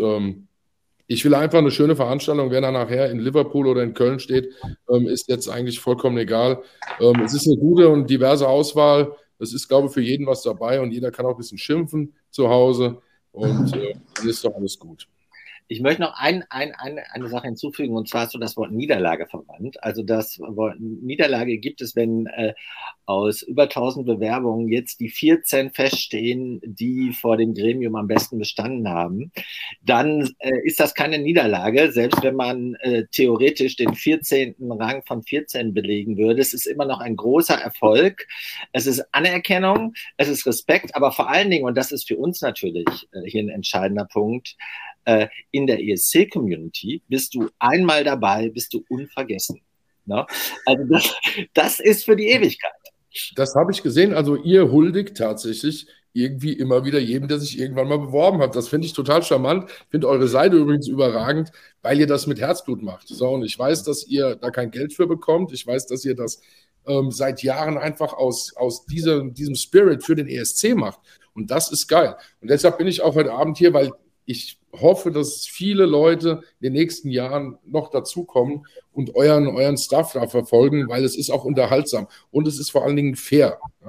ich will einfach eine schöne Veranstaltung, wer dann nachher in Liverpool oder in Köln steht, ist jetzt eigentlich vollkommen egal. Es ist eine gute und diverse Auswahl. Es ist, glaube ich, für jeden was dabei und jeder kann auch ein bisschen schimpfen zu Hause und dann ist doch alles gut. Ich möchte noch eine Sache hinzufügen, und zwar hast du das Wort Niederlage verwandt. Also das Wort Niederlage gibt es, wenn aus über 1000 Bewerbungen jetzt die 14 feststehen, die vor dem Gremium am besten bestanden haben. Dann ist das keine Niederlage, selbst wenn man theoretisch den 14. Rang von 14 belegen würde. Es ist immer noch ein großer Erfolg. Es ist Anerkennung, es ist Respekt, aber vor allen Dingen, und das ist für uns natürlich hier ein entscheidender Punkt, in der ESC-Community bist du einmal dabei, bist du unvergessen. Ne? Also das ist für die Ewigkeit. Das habe ich gesehen. Also ihr huldigt tatsächlich irgendwie immer wieder jedem, der sich irgendwann mal beworben hat. Das finde ich total charmant. Ich finde eure Seite übrigens überragend, weil ihr das mit Herzblut macht. So, und ich weiß, dass ihr da kein Geld für bekommt. Ich weiß, dass ihr das seit Jahren einfach aus diesem Spirit für den ESC macht. Und das ist geil. Und deshalb bin ich auch heute Abend hier, weil ich hoffe, dass viele Leute in den nächsten Jahren noch dazukommen und euren Stuff da verfolgen, weil es ist auch unterhaltsam und es ist vor allen Dingen fair. Ja?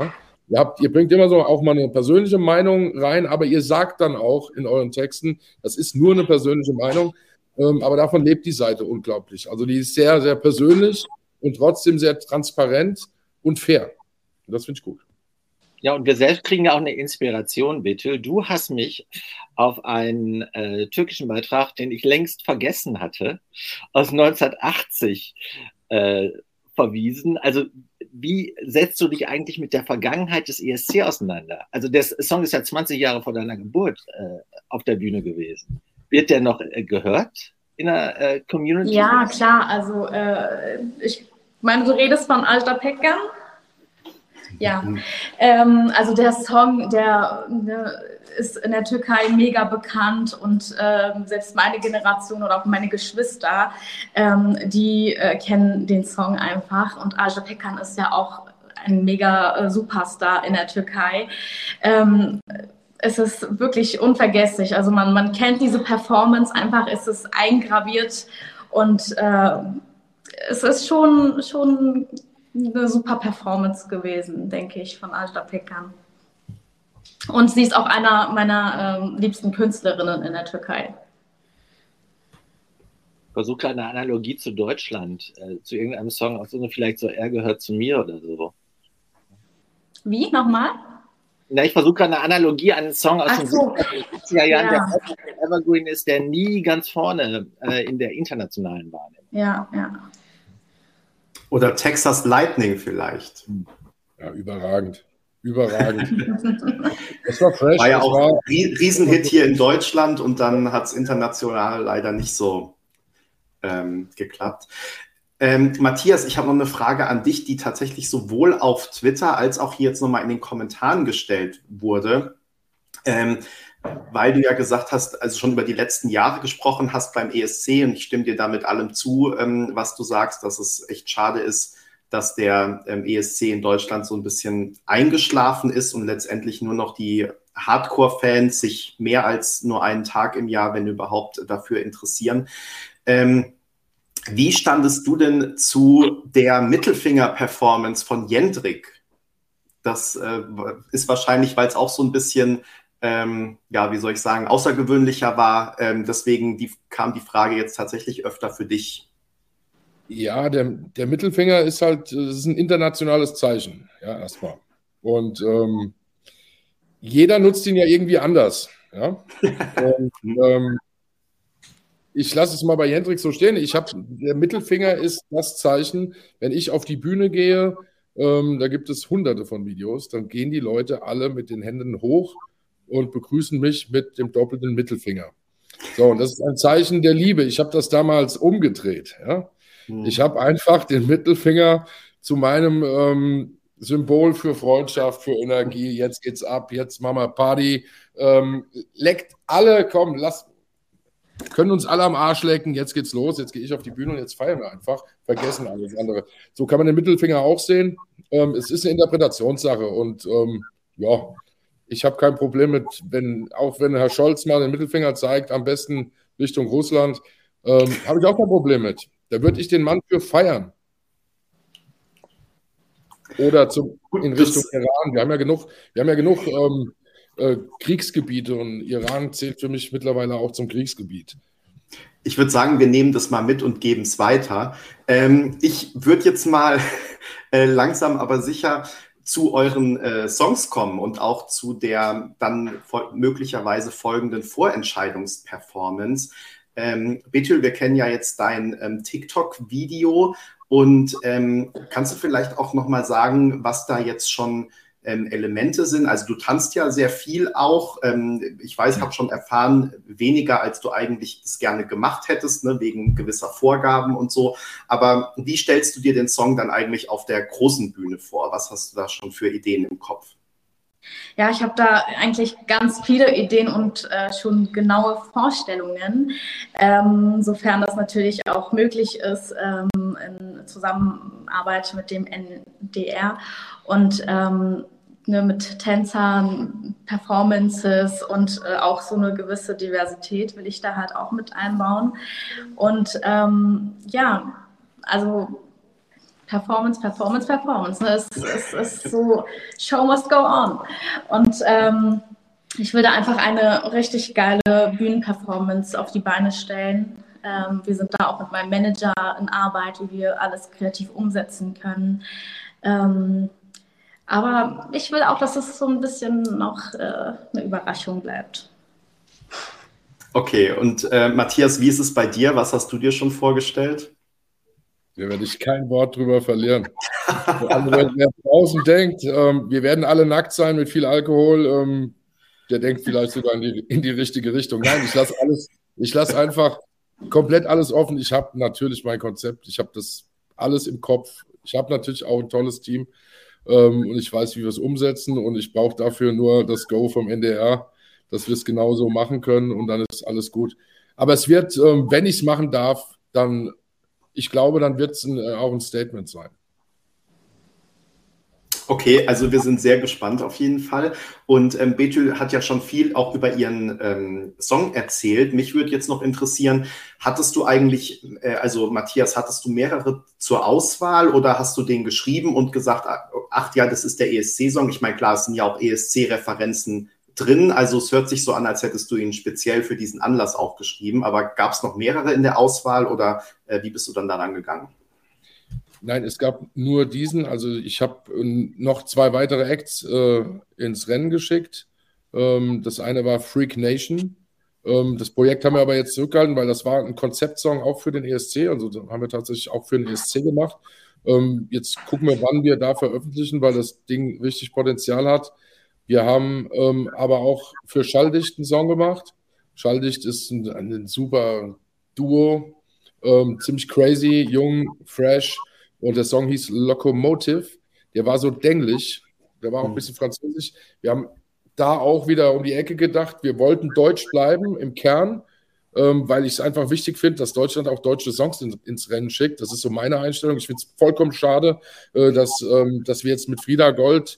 Ihr bringt immer so auch mal eine persönliche Meinung rein, aber ihr sagt dann auch in euren Texten, das ist nur eine persönliche Meinung, aber davon lebt die Seite unglaublich. Also die ist sehr, sehr persönlich und trotzdem sehr transparent und fair. Und das finde ich gut. Ja, und wir selbst kriegen ja auch eine Inspiration, Betül. Du hast mich auf einen türkischen Beitrag, den ich längst vergessen hatte, aus 1980 verwiesen. Also wie setzt du dich eigentlich mit der Vergangenheit des ESC auseinander? Also der Song ist ja 20 Jahre vor deiner Geburt auf der Bühne gewesen. Wird der noch gehört in der Community? Ja, klar. Also ich meine, du redest von Ajda Pekkan. Ja, also der Song, der ist in der Türkei mega bekannt und selbst meine Generation oder auch meine Geschwister, die kennen den Song einfach. Und Ajda Pekkan ist ja auch ein mega Superstar in der Türkei. Es ist wirklich unvergesslich. Also man kennt diese Performance einfach, es ist eingraviert und es ist schon eine super Performance gewesen, denke ich, von Ajda Pekkan. Und sie ist auch einer meiner liebsten Künstlerinnen in der Türkei. Versuch gerade eine Analogie zu Deutschland, zu irgendeinem Song, auch so vielleicht so Er gehört zu mir oder so. Wie? Nochmal? Na, ich versuche gerade eine Analogie an einen Song aus den 70er Jahren, der Evergreen ist, der nie ganz vorne in der internationalen Wahrnehmung. Ja. Oder Texas Lightning vielleicht. Ja, überragend. Das war fresh. War ja auch ein Riesenhit hier in Deutschland und dann hat es international leider nicht so geklappt. Matthias, ich habe noch eine Frage an dich, die tatsächlich sowohl auf Twitter als auch hier jetzt nochmal in den Kommentaren gestellt wurde. Weil du ja gesagt hast, also schon über die letzten Jahre gesprochen hast beim ESC und ich stimme dir damit allem zu, was du sagst, dass es echt schade ist, dass der ESC in Deutschland so ein bisschen eingeschlafen ist und letztendlich nur noch die Hardcore-Fans sich mehr als nur einen Tag im Jahr, wenn überhaupt, dafür interessieren. Wie standest du denn zu der Mittelfinger-Performance von Jendrik? Das ist wahrscheinlich, weil es auch so ein bisschen wie soll ich sagen, außergewöhnlicher war. Deswegen kam die Frage jetzt tatsächlich öfter für dich. Ja, der Mittelfinger ist halt, das ist ein internationales Zeichen, ja, erstmal. Und jeder nutzt ihn ja irgendwie anders. Ja? Und, ich lasse es mal bei Jendrik so stehen. Der Mittelfinger ist das Zeichen, wenn ich auf die Bühne gehe, da gibt es hunderte von Videos, dann gehen die Leute alle mit den Händen hoch und begrüßen mich mit dem doppelten Mittelfinger. So, und das ist ein Zeichen der Liebe. Ich habe das damals umgedreht. Ja? Ich habe einfach den Mittelfinger zu meinem Symbol für Freundschaft, für Energie. Jetzt geht's ab, jetzt machen wir Party. Leckt alle, komm, können uns alle am Arsch lecken. Jetzt geht's los, jetzt gehe ich auf die Bühne und jetzt feiern wir einfach. Vergessen alles andere. So kann man den Mittelfinger auch sehen. Es ist eine Interpretationssache und ich habe kein Problem mit, auch wenn Herr Scholz mal den Mittelfinger zeigt, am besten Richtung Russland, habe ich auch kein Problem mit. Da würde ich den Mann für feiern. Oder in Richtung Iran. Wir haben ja genug Kriegsgebiete und Iran zählt für mich mittlerweile auch zum Kriegsgebiet. Ich würde sagen, wir nehmen das mal mit und geben es weiter. Ich würde jetzt mal langsam aber sicher zu euren Songs kommen und auch zu der dann möglicherweise folgenden Vorentscheidungsperformance. Betül, wir kennen ja jetzt dein TikTok-Video und kannst du vielleicht auch nochmal sagen, was da jetzt schon Elemente sind? Also du tanzt ja sehr viel auch. Ich weiß, ich habe schon erfahren, weniger als du eigentlich das gerne gemacht hättest, ne, wegen gewisser Vorgaben und so. Aber wie stellst du dir den Song dann eigentlich auf der großen Bühne vor? Was hast du da schon für Ideen im Kopf? Ja, ich habe da eigentlich ganz viele Ideen und schon genaue Vorstellungen, sofern das natürlich auch möglich ist, in Zusammenarbeit mit dem NDR und mit Tänzern, Performances und auch so eine gewisse Diversität will ich da halt auch mit einbauen. Und also Performance, Performance, Performance. Ne? Es ist so, Show must go on. Und ich würde einfach eine richtig geile Bühnenperformance auf die Beine stellen. Wir sind da auch mit meinem Manager in Arbeit, wie wir alles kreativ umsetzen können. Aber ich will auch, dass es so ein bisschen noch eine Überraschung bleibt. Okay, und Matthias, wie ist es bei dir? Was hast du dir schon vorgestellt? Da werde ich kein Wort drüber verlieren. Also, wer draußen denkt, wir werden alle nackt sein mit viel Alkohol, der denkt vielleicht sogar in die richtige Richtung. Nein, ich lasse einfach komplett alles offen. Ich habe natürlich mein Konzept, ich habe das alles im Kopf. Ich habe natürlich auch ein tolles Team und ich weiß, wie wir es umsetzen und ich brauche dafür nur das Go vom NDR, dass wir es genauso machen können und dann ist alles gut. Aber es wird, wenn ich es machen darf, dann, ich glaube, dann wird es auch ein Statement sein. Okay, also wir sind sehr gespannt auf jeden Fall. Und Betül hat ja schon viel auch über ihren Song erzählt. Mich würde jetzt noch interessieren, hattest du eigentlich, also Matthias, hattest du mehrere zur Auswahl oder hast du den geschrieben und gesagt, ach ja, das ist der ESC-Song? Ich meine, klar, es sind ja auch ESC-Referenzen drin. Also es hört sich so an, als hättest du ihn speziell für diesen Anlass auch geschrieben. Aber gab es noch mehrere in der Auswahl oder wie bist du dann daran gegangen? Nein, es gab nur diesen. Also ich habe noch 2 weitere Acts ins Rennen geschickt. Das eine war Freak Nation. Das Projekt haben wir aber jetzt zurückgehalten, weil das war ein Konzeptsong auch für den ESC. Also haben wir tatsächlich auch für den ESC gemacht. Jetzt gucken wir, wann wir da veröffentlichen, weil das Ding richtig Potenzial hat. Wir haben aber auch für Schalldicht einen Song gemacht. Schalldicht ist ein super Duo, ziemlich crazy, jung, fresh. Und der Song hieß Locomotive. Der war so dänglich. Der war auch ein bisschen französisch. Wir haben da auch wieder um die Ecke gedacht. Wir wollten deutsch bleiben im Kern, weil ich es einfach wichtig finde, dass Deutschland auch deutsche Songs ins Rennen schickt. Das ist so meine Einstellung. Ich finde es vollkommen schade, dass wir jetzt mit Frieda Gold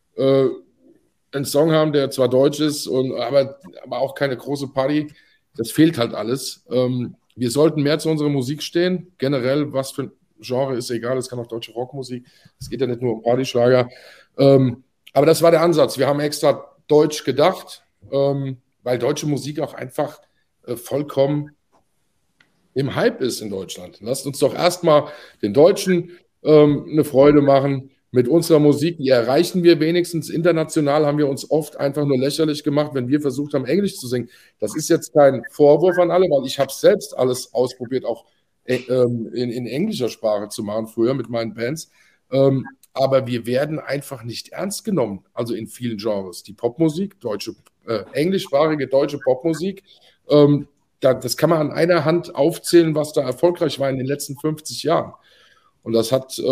einen Song haben, der zwar deutsch ist, aber auch keine große Party. Das fehlt halt alles. Wir sollten mehr zu unserer Musik stehen. Generell, was für ein Genre ist egal, es kann auch deutsche Rockmusik. Es geht ja nicht nur um Partyschlager. Aber das war der Ansatz. Wir haben extra deutsch gedacht, weil deutsche Musik auch einfach vollkommen im Hype ist in Deutschland. Lasst uns doch erstmal den Deutschen eine Freude machen mit unserer Musik. Die erreichen wir wenigstens. International haben wir uns oft einfach nur lächerlich gemacht, wenn wir versucht haben, Englisch zu singen. Das ist jetzt kein Vorwurf an alle, weil ich habe selbst alles ausprobiert, auch in englischer Sprache zu machen, früher mit meinen Bands. Aber wir werden einfach nicht ernst genommen, also in vielen Genres. Die Popmusik, englischsprachige deutsche Popmusik, das kann man an einer Hand aufzählen, was da erfolgreich war in den letzten 50 Jahren. Und das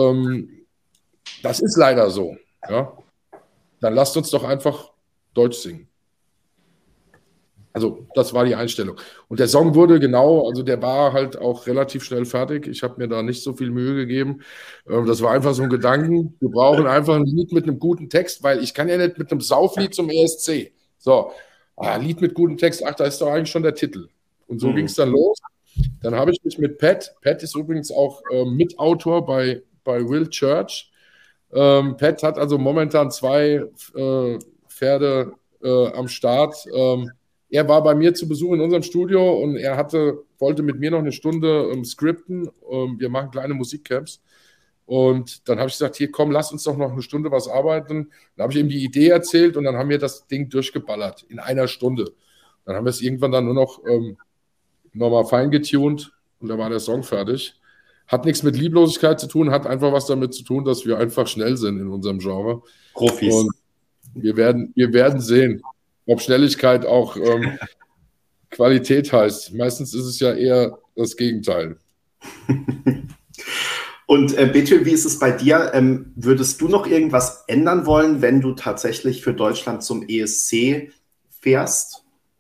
ist leider so. Ja? Dann lasst uns doch einfach Deutsch singen. Also das war die Einstellung. Und der Song wurde also der war halt auch relativ schnell fertig. Ich habe mir da nicht so viel Mühe gegeben. Das war einfach so ein Gedanken. Wir brauchen einfach ein Lied mit einem guten Text, weil ich kann ja nicht mit einem Sauflied zum ESC. So, Lied mit gutem Text, da ist doch eigentlich schon der Titel. Und so ging es dann los. Dann habe ich mich mit Pat ist übrigens auch Mitautor bei Will Church. Pat hat also momentan 2 Pferde am Start. Er war bei mir zu Besuch in unserem Studio und er wollte mit mir noch eine Stunde skripten. Wir machen kleine Musikcamps. Und dann habe ich gesagt, hier komm, lass uns doch noch eine Stunde was arbeiten. Dann habe ich ihm die Idee erzählt und dann haben wir das Ding durchgeballert in einer Stunde. Dann haben wir es irgendwann dann nur noch mal fein getuned und da war der Song fertig. Hat nichts mit Lieblosigkeit zu tun, hat einfach was damit zu tun, dass wir einfach schnell sind in unserem Genre. Profis. Und wir werden sehen, ob Schnelligkeit auch Qualität heißt. Meistens ist es ja eher das Gegenteil. Und Betül, wie ist es bei dir? Würdest du noch irgendwas ändern wollen, wenn du tatsächlich für Deutschland zum ESC fährst?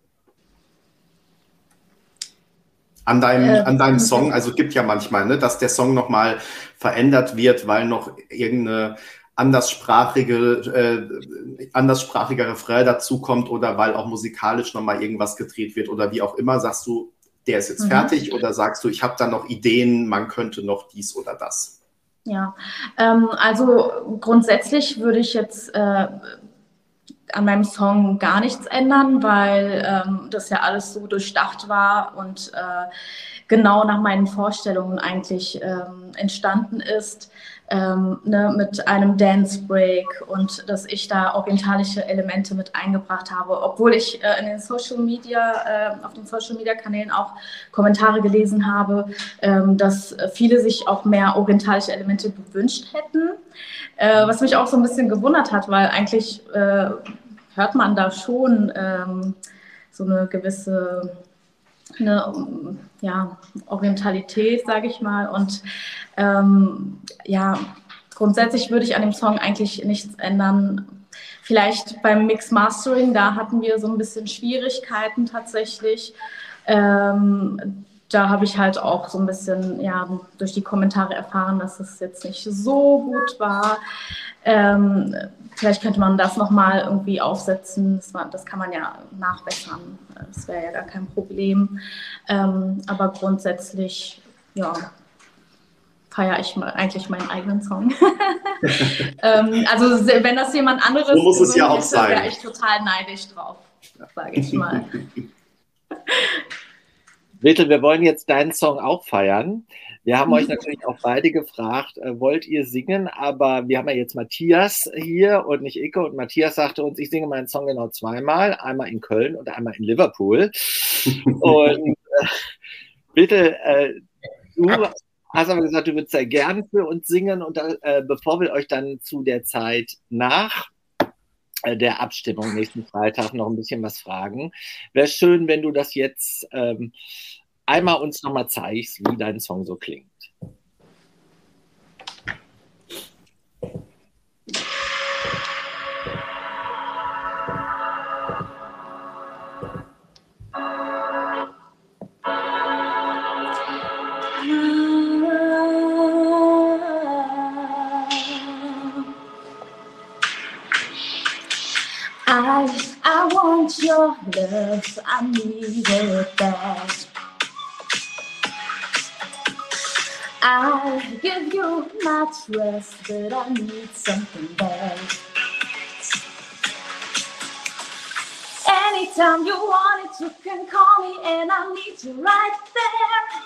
An deinem Song, also es gibt ja manchmal, ne, dass der Song nochmal verändert wird, weil noch irgendeine anderssprachiger Refrain dazukommt oder weil auch musikalisch nochmal irgendwas gedreht wird oder wie auch immer. Sagst du, der ist jetzt fertig oder sagst du, ich habe da noch Ideen, man könnte noch dies oder das? Ja, also grundsätzlich würde ich jetzt an meinem Song gar nichts ändern, weil das ja alles so durchdacht war und genau nach meinen Vorstellungen eigentlich entstanden ist, ne, mit einem Dance Break und dass ich da orientalische Elemente mit eingebracht habe, obwohl ich in den Social Media, auf den Social Media Kanälen auch Kommentare gelesen habe, dass viele sich auch mehr orientalische Elemente gewünscht hätten. Was mich auch so ein bisschen gewundert hat, weil eigentlich hört man da schon so eine gewisse ja, Orientalität, sage ich mal. Und ja, grundsätzlich würde ich an dem Song eigentlich nichts ändern. Vielleicht beim Mix Mastering, da hatten wir so ein bisschen Schwierigkeiten tatsächlich. Da habe ich halt auch so ein bisschen ja, durch die Kommentare erfahren, dass es jetzt nicht so gut war. Vielleicht könnte man das nochmal irgendwie aufsetzen. Das kann man ja nachbessern. Das wäre ja gar kein Problem. Aber grundsätzlich, ja, feiere ich eigentlich meinen eigenen Song. Also wenn das jemand anderes so muss es ja auch sein, wäre ich total neidisch drauf, sage ich mal. Gretel, wir wollen jetzt deinen Song auch feiern. Wir haben euch natürlich auch beide gefragt, wollt ihr singen? Aber wir haben ja jetzt Matthias hier und nicht Icke. Und Matthias sagte uns, ich singe meinen Song genau zweimal. Einmal in Köln und einmal in Liverpool. Und Gretel, du hast aber gesagt, du würdest sehr gern für uns singen. Und bevor wir euch dann zu der Zeit nach der Abstimmung nächsten Freitag noch ein bisschen was fragen, wäre schön, wenn du das jetzt einmal uns nochmal zeigst, wie dein Song so klingt. I want your love, I need it back. I give you my trust, but I need something back. Anytime you want it, you can call me, and I need you right there.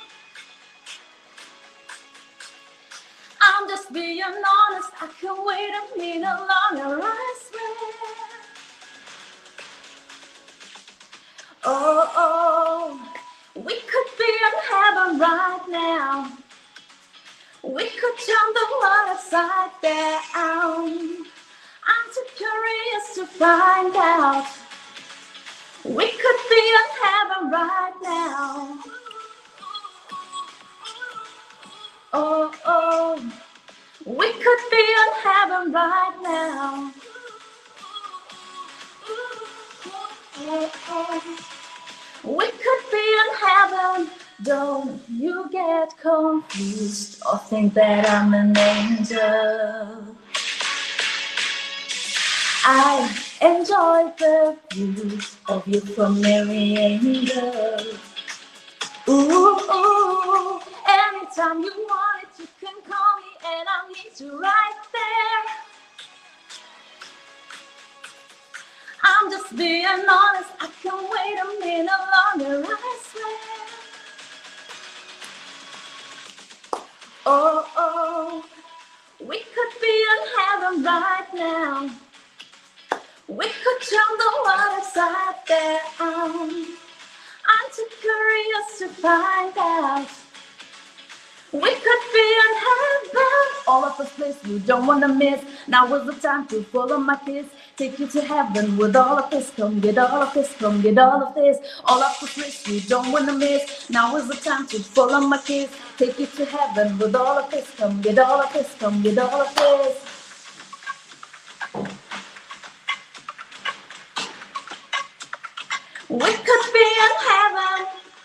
I'm just being honest, I can't wait a minute longer, I swear. Oh, oh, we could be in heaven right now. We could turn the world upside down. I'm too curious to find out. We could be in heaven right now. Oh, oh, we could be in heaven right now. Oh, oh. We could be in heaven, don't you get confused or think that I'm an angel. I enjoy the views of you from every angle. Ooh, ooh, anytime you want it, you can call me and I'll meet you right there. I'm just being honest, I can't wait a minute longer, I swear. Oh, oh, we could be in heaven right now. We could turn the world upside down. I'm too curious to find out. We could be in heaven, all of this place you don't want to miss. Now is the time to follow my kiss. Take you to heaven with all of this. Come get all of this, come get all of this. All of the place you don't want to miss. Now is the time to follow my kiss. Take you to heaven with all of this. Come get all of this, come get all of this. We could be in heaven.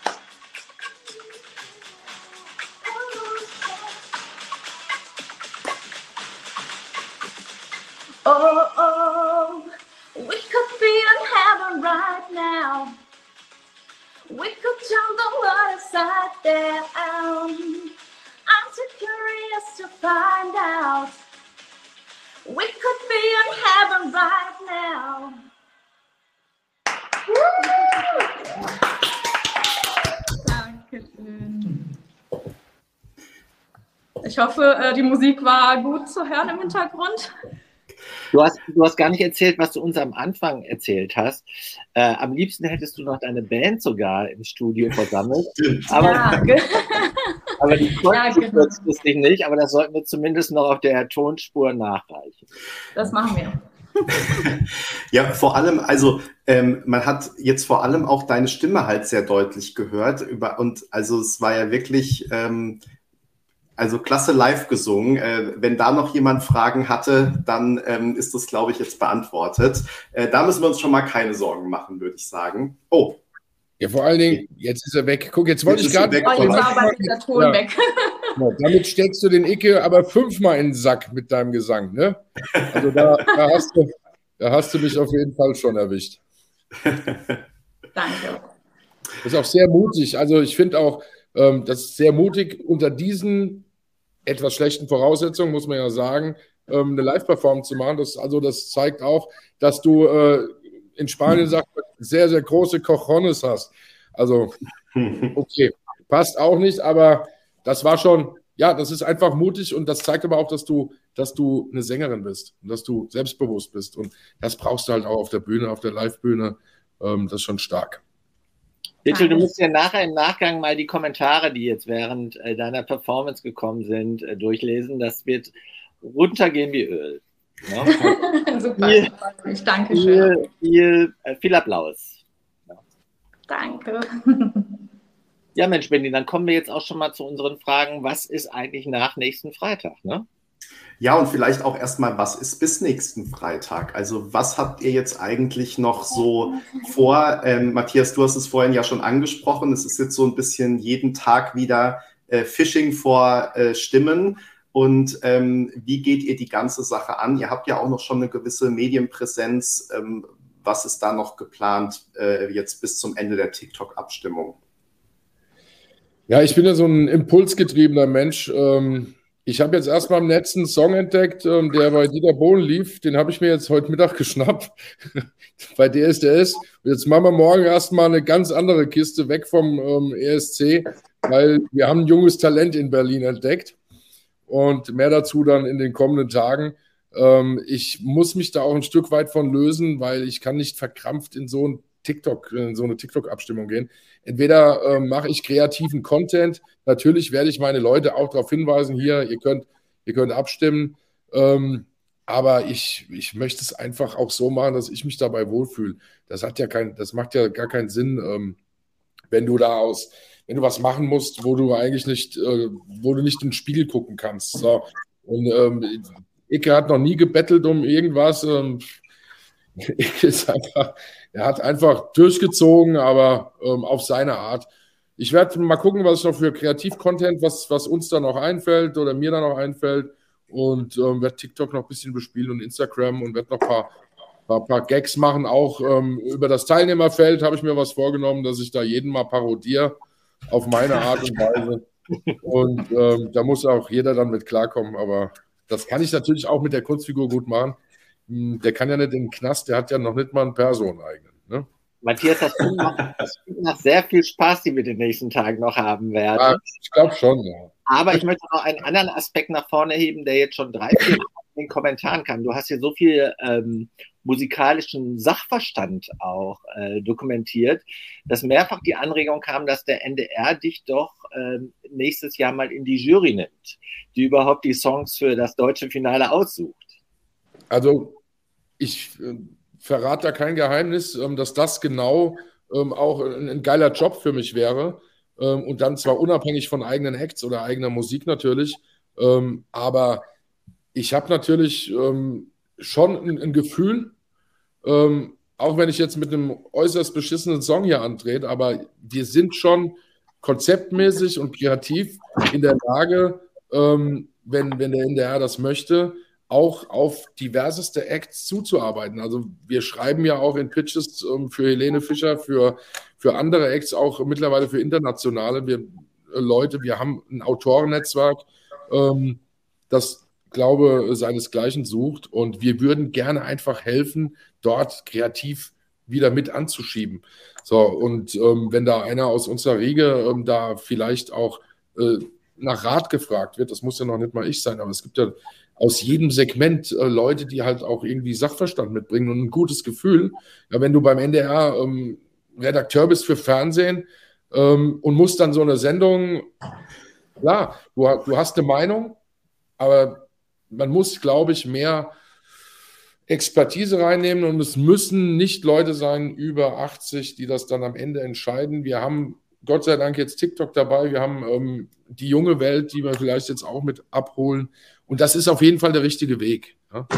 Oh, oh, we could be in heaven right now. We could turn the world upside down. I'm too curious to find out. We could be in heaven right now. Dankeschön. Ich hoffe, die Musik war gut zu hören im Hintergrund. Du hast gar nicht erzählt, was du uns am Anfang erzählt hast. Am liebsten hättest du noch deine Band sogar im Studio versammelt. Aber die konnten kurzfristig nicht. Aber das sollten wir zumindest noch auf der Tonspur nachreichen. Das machen wir. Ja, vor allem, also man hat jetzt vor allem auch deine Stimme halt sehr deutlich gehört. Und also es war ja wirklich... Also klasse live gesungen. Wenn da noch jemand Fragen hatte, dann ist das, glaube ich, jetzt beantwortet. Da müssen wir uns schon mal keine Sorgen machen, würde ich sagen. Oh. Ja, vor allen Dingen, jetzt ist er weg. Guck, jetzt wollte ich gerade... Jetzt war aber der Ton weg. Ja, damit steckst du den Icke aber 5-mal in den Sack mit deinem Gesang, ne? Also da hast du mich auf jeden Fall schon erwischt. Danke. Das ist auch sehr mutig. Also ich finde auch, das ist sehr mutig unter diesen etwas schlechten Voraussetzungen, muss man ja sagen, eine Live-Performance zu machen. Das zeigt auch, dass du in Spanien sagst, sehr, sehr große Cojones hast. Also, okay, passt auch nicht, aber das war schon, ja, das ist einfach mutig und das zeigt aber auch, dass du eine Sängerin bist und dass du selbstbewusst bist. Und das brauchst du halt auch auf der Bühne, auf der Live-Bühne. Das ist schon stark. Bitte, du musst ja nachher im Nachgang mal die Kommentare, die jetzt während deiner Performance gekommen sind, durchlesen. Das wird runtergehen wie Öl. Ja? Super, ich danke schön. Viel Applaus. Ja. Danke. Ja, Mensch, Benni, dann kommen wir jetzt auch schon mal zu unseren Fragen. Was ist eigentlich nach nächsten Freitag, ne? Ja, und vielleicht auch erstmal, was ist bis nächsten Freitag? Also was habt ihr jetzt eigentlich noch so vor? Matthias, du hast es vorhin ja schon angesprochen. Es ist jetzt so ein bisschen jeden Tag wieder Fishing vor Stimmen. Und wie geht ihr die ganze Sache an? Ihr habt ja auch noch schon eine gewisse Medienpräsenz. Was ist da noch geplant jetzt bis zum Ende der TikTok-Abstimmung? Ja, ich bin ja so ein impulsgetriebener Mensch. Ich habe jetzt erstmal im Netz einen Song entdeckt, der bei Dieter Bohlen lief. Den habe ich mir jetzt heute Mittag geschnappt bei DSDS. Und jetzt machen wir morgen erstmal eine ganz andere Kiste weg vom ESC, weil wir haben ein junges Talent in Berlin entdeckt. Und mehr dazu dann in den kommenden Tagen. Ich muss mich da auch ein Stück weit von lösen, weil ich kann nicht verkrampft in so eine TikTok-Abstimmung gehen. Entweder mache ich kreativen Content, natürlich werde ich meine Leute auch darauf hinweisen, hier, ihr könnt abstimmen, aber ich möchte es einfach auch so machen, dass ich mich dabei wohlfühle. Das macht ja gar keinen Sinn, wenn du was machen musst, wo du nicht in den Spiegel gucken kannst. So. Und Icke hat noch nie gebettelt um irgendwas. Icke ist einfach, er hat einfach durchgezogen, aber auf seine Art. Ich werde mal gucken, was noch für Kreativ-Content, was uns da noch einfällt oder mir da noch einfällt und werde TikTok noch ein bisschen bespielen und Instagram und werde noch ein paar Gags machen. Auch über das Teilnehmerfeld habe ich mir was vorgenommen, dass ich da jeden mal parodiere auf meine Art und Weise. Und da muss auch jeder dann mit klarkommen, aber das kann ich natürlich auch mit der Kunstfigur gut machen. Der kann ja nicht in den Knast, der hat ja noch nicht mal einen Person eigenen. Ne? Matthias, das klingt nach sehr viel Spaß, die wir in den nächsten Tagen noch haben werden. Ja, ich glaube schon, ja. Aber ich möchte noch einen anderen Aspekt nach vorne heben, der jetzt schon 3-4 Mal in den Kommentaren kam. Du hast hier so viel musikalischen Sachverstand auch dokumentiert, dass mehrfach die Anregung kam, dass der NDR dich doch nächstes Jahr mal in die Jury nimmt, die überhaupt die Songs für das deutsche Finale aussucht. Also ich verrate da kein Geheimnis, dass das genau auch ein geiler Job für mich wäre. Und dann zwar unabhängig von eigenen Acts oder eigener Musik natürlich, aber ich habe natürlich schon ein Gefühl, auch wenn ich jetzt mit einem äußerst beschissenen Song hier antrete, aber wir sind schon konzeptmäßig und kreativ in der Lage, wenn der NDR das möchte, auch auf diverseste Acts zuzuarbeiten. Also wir schreiben ja auch in Pitches für Helene Fischer, für andere Acts, auch mittlerweile für internationale Leute. Wir haben ein Autorennetzwerk das, glaube ich, seinesgleichen sucht. Und wir würden gerne einfach helfen, dort kreativ wieder mit anzuschieben. So, und wenn da einer aus unserer Riege da vielleicht auch nach Rat gefragt wird, das muss ja noch nicht mal ich sein, aber es gibt ja aus jedem Segment Leute, die halt auch irgendwie Sachverstand mitbringen und ein gutes Gefühl. Ja, wenn du beim NDR Redakteur bist für Fernsehen und musst dann so eine Sendung, klar, du hast eine Meinung, aber man muss, glaube ich, mehr Expertise reinnehmen und es müssen nicht Leute sein über 80, die das dann am Ende entscheiden. Wir haben Gott sei Dank jetzt TikTok dabei, wir haben die junge Welt, die wir vielleicht jetzt auch mit abholen und das ist auf jeden Fall der richtige Weg. Ja?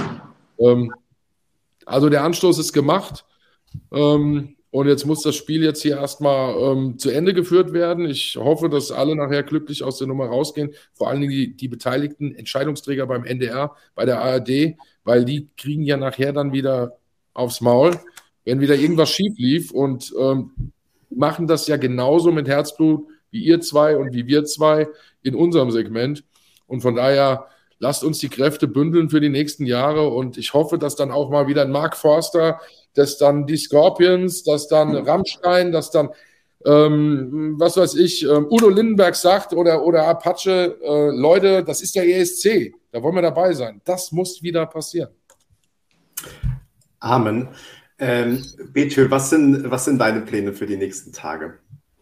Also der Anstoß ist gemacht und jetzt muss das Spiel jetzt hier erstmal zu Ende geführt werden. Ich hoffe, dass alle nachher glücklich aus der Nummer rausgehen, vor allen Dingen die beteiligten Entscheidungsträger beim NDR, bei der ARD, weil die kriegen ja nachher dann wieder aufs Maul, wenn wieder irgendwas schief lief und machen das ja genauso mit Herzblut wie ihr zwei und wie wir zwei in unserem Segment. Und von daher lasst uns die Kräfte bündeln für die nächsten Jahre und ich hoffe, dass dann auch mal wieder ein Mark Forster, dass dann die Scorpions, dass dann Rammstein, dass dann was weiß ich, Udo Lindenberg sagt oder Apache, Leute, das ist der ESC, da wollen wir dabei sein. Das muss wieder passieren. Amen. Bethül, was sind deine Pläne für die nächsten Tage?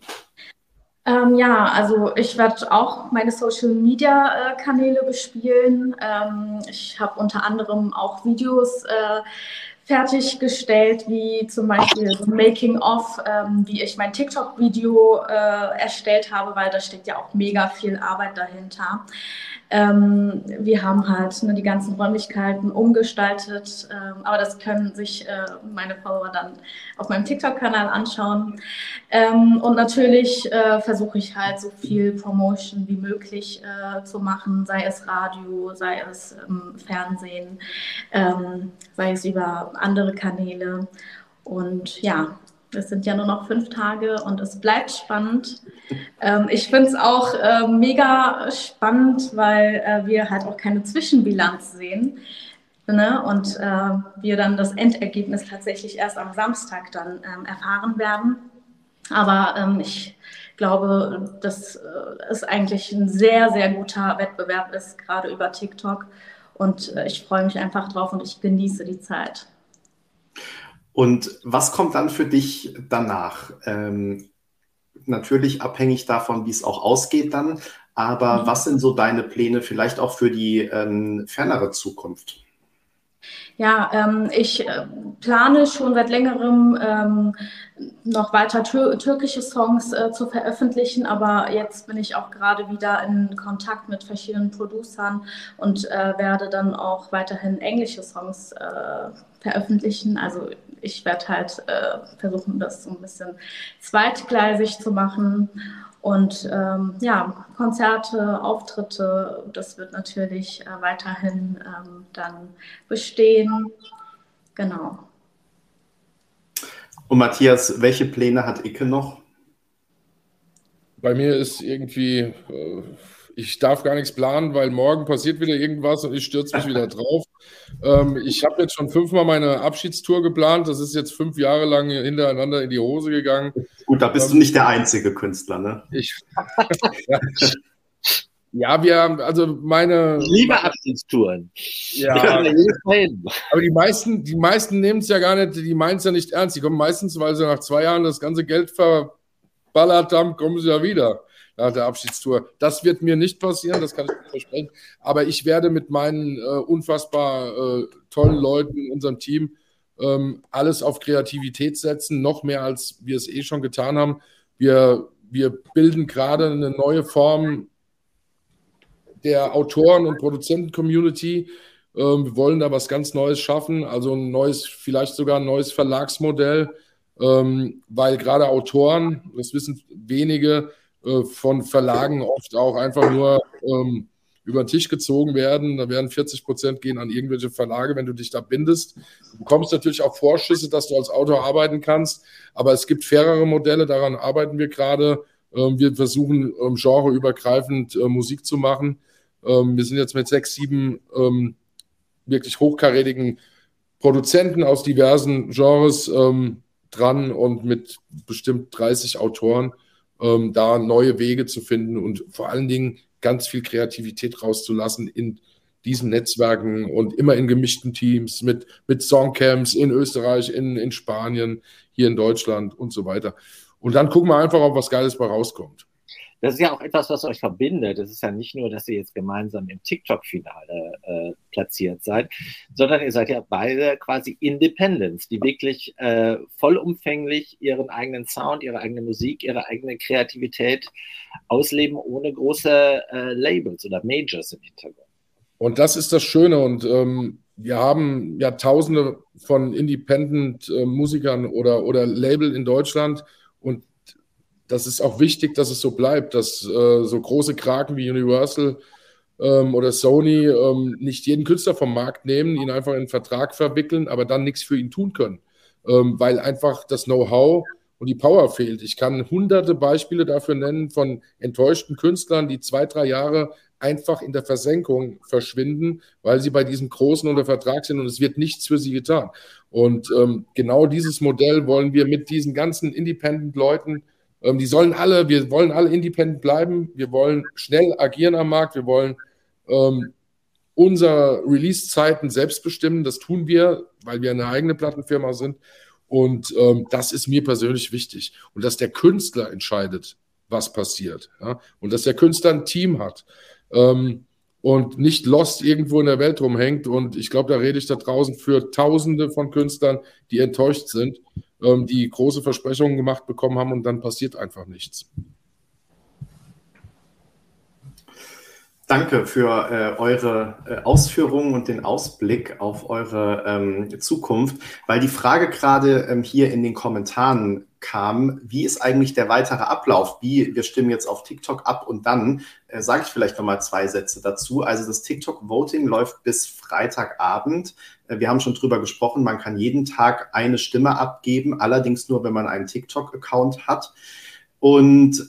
Ja, also ich werde auch meine Social-Media-Kanäle bespielen. Ich habe unter anderem auch Videos fertiggestellt, wie zum Beispiel so Making-of, wie ich mein TikTok-Video erstellt habe, weil da steckt ja auch mega viel Arbeit dahinter. Wir haben halt die ganzen Räumlichkeiten umgestaltet, aber das können sich meine Follower dann auf meinem TikTok-Kanal anschauen. Und natürlich versuche ich halt so viel Promotion wie möglich zu machen, sei es Radio, sei es Fernsehen, sei es über andere Kanäle. Und ja, es sind ja nur noch 5 Tage und es bleibt spannend. Ich finde es auch mega spannend, weil wir halt auch keine Zwischenbilanz sehen. Ne? Und wir dann das Endergebnis tatsächlich erst am Samstag dann erfahren werden. Aber ich glaube, dass es eigentlich ein sehr, sehr guter Wettbewerb ist, gerade über TikTok. Und ich freue mich einfach drauf und ich genieße die Zeit. Und was kommt dann für dich danach? Natürlich abhängig davon, wie es auch ausgeht dann. Aber was sind so deine Pläne vielleicht auch für die fernere Zukunft? Ja, ich plane schon seit längerem noch weiter türkische Songs zu veröffentlichen, aber jetzt bin ich auch gerade wieder in Kontakt mit verschiedenen Producern und werde dann auch weiterhin englische Songs veröffentlichen. Also ich werde halt versuchen, das so ein bisschen zweitgleisig zu machen. Und ja, Konzerte, Auftritte, das wird natürlich weiterhin dann bestehen. Genau. Und Matthias, welche Pläne hat Icke noch? Bei mir ist irgendwie, ich darf gar nichts planen, weil morgen passiert wieder irgendwas und ich stürze mich wieder drauf. Ich habe jetzt schon 5-mal meine Abschiedstour geplant. Das ist jetzt 5 Jahre lang hintereinander in die Hose gegangen. Gut, da bist du nicht der einzige Künstler, ne? Ja, wir haben, also meine... Liebe Abschiedstouren. Ja, aber die meisten nehmen es ja gar nicht, die meinen es ja nicht ernst. Die kommen meistens, weil sie nach 2 Jahren das ganze Geld verballert haben, kommen sie ja wieder nach der Abschiedstour. Das wird mir nicht passieren, das kann ich nicht versprechen. Aber ich werde mit meinen unfassbar tollen Leuten in unserem Team alles auf Kreativität setzen, noch mehr als wir es schon getan haben. Wir bilden gerade eine neue Form der Autoren- und Produzenten-Community. Wir wollen da was ganz Neues schaffen, also ein neues, vielleicht sogar ein neues Verlagsmodell, weil gerade Autoren, das wissen wenige, von Verlagen oft auch einfach nur über den Tisch gezogen werden. Da werden 40% gehen an irgendwelche Verlage, wenn du dich da bindest. Du bekommst natürlich auch Vorschüsse, dass du als Autor arbeiten kannst, aber es gibt fairere Modelle, daran arbeiten wir gerade. Wir versuchen genreübergreifend Musik zu machen. Wir sind jetzt mit 6, 7 wirklich hochkarätigen Produzenten aus diversen Genres dran und mit bestimmt 30 Autoren da neue Wege zu finden und vor allen Dingen ganz viel Kreativität rauszulassen in diesen Netzwerken und immer in gemischten Teams mit Songcamps in Österreich, in Spanien, hier in Deutschland und so weiter. Und dann gucken wir einfach, ob was Geiles bei rauskommt. Das ist ja auch etwas, was euch verbindet. Es ist ja nicht nur, dass ihr jetzt gemeinsam im TikTok-Finale platziert seid, sondern ihr seid ja beide quasi Independents, die wirklich vollumfänglich ihren eigenen Sound, ihre eigene Musik, ihre eigene Kreativität ausleben, ohne große Labels oder Majors im Hintergrund. Und das ist das Schöne. Und wir haben ja Tausende von Independent-Musikern oder Label in Deutschland. Und das ist auch wichtig, dass es so bleibt, dass so große Kraken wie Universal oder Sony nicht jeden Künstler vom Markt nehmen, ihn einfach in einen Vertrag verwickeln, aber dann nichts für ihn tun können, weil einfach das Know-how und die Power fehlt. Ich kann hunderte Beispiele dafür nennen von enttäuschten Künstlern, die 2, 3 Jahre einfach in der Versenkung verschwinden, weil sie bei diesen Großen unter Vertrag sind und es wird nichts für sie getan. Und genau dieses Modell wollen wir mit diesen ganzen Independent-Leuten, wir wollen alle independent bleiben, wir wollen schnell agieren am Markt, wir wollen unsere Release-Zeiten selbst bestimmen, das tun wir, weil wir eine eigene Plattenfirma sind und das ist mir persönlich wichtig und dass der Künstler entscheidet, was passiert, ja? Und dass der Künstler ein Team hat und nicht lost irgendwo in der Welt rumhängt und ich glaube, da rede ich da draußen für Tausende von Künstlern, die enttäuscht sind, die große Versprechungen gemacht bekommen haben und dann passiert einfach nichts. Danke für eure Ausführungen und den Ausblick auf eure Zukunft, weil die Frage gerade hier in den Kommentaren kam, wie ist eigentlich der weitere Ablauf? Wir stimmen jetzt auf TikTok ab und dann sage ich vielleicht nochmal 2 Sätze dazu. Also das TikTok-Voting läuft bis Freitagabend. Wir haben schon drüber gesprochen, man kann jeden Tag eine Stimme abgeben, allerdings nur, wenn man einen TikTok-Account hat. Und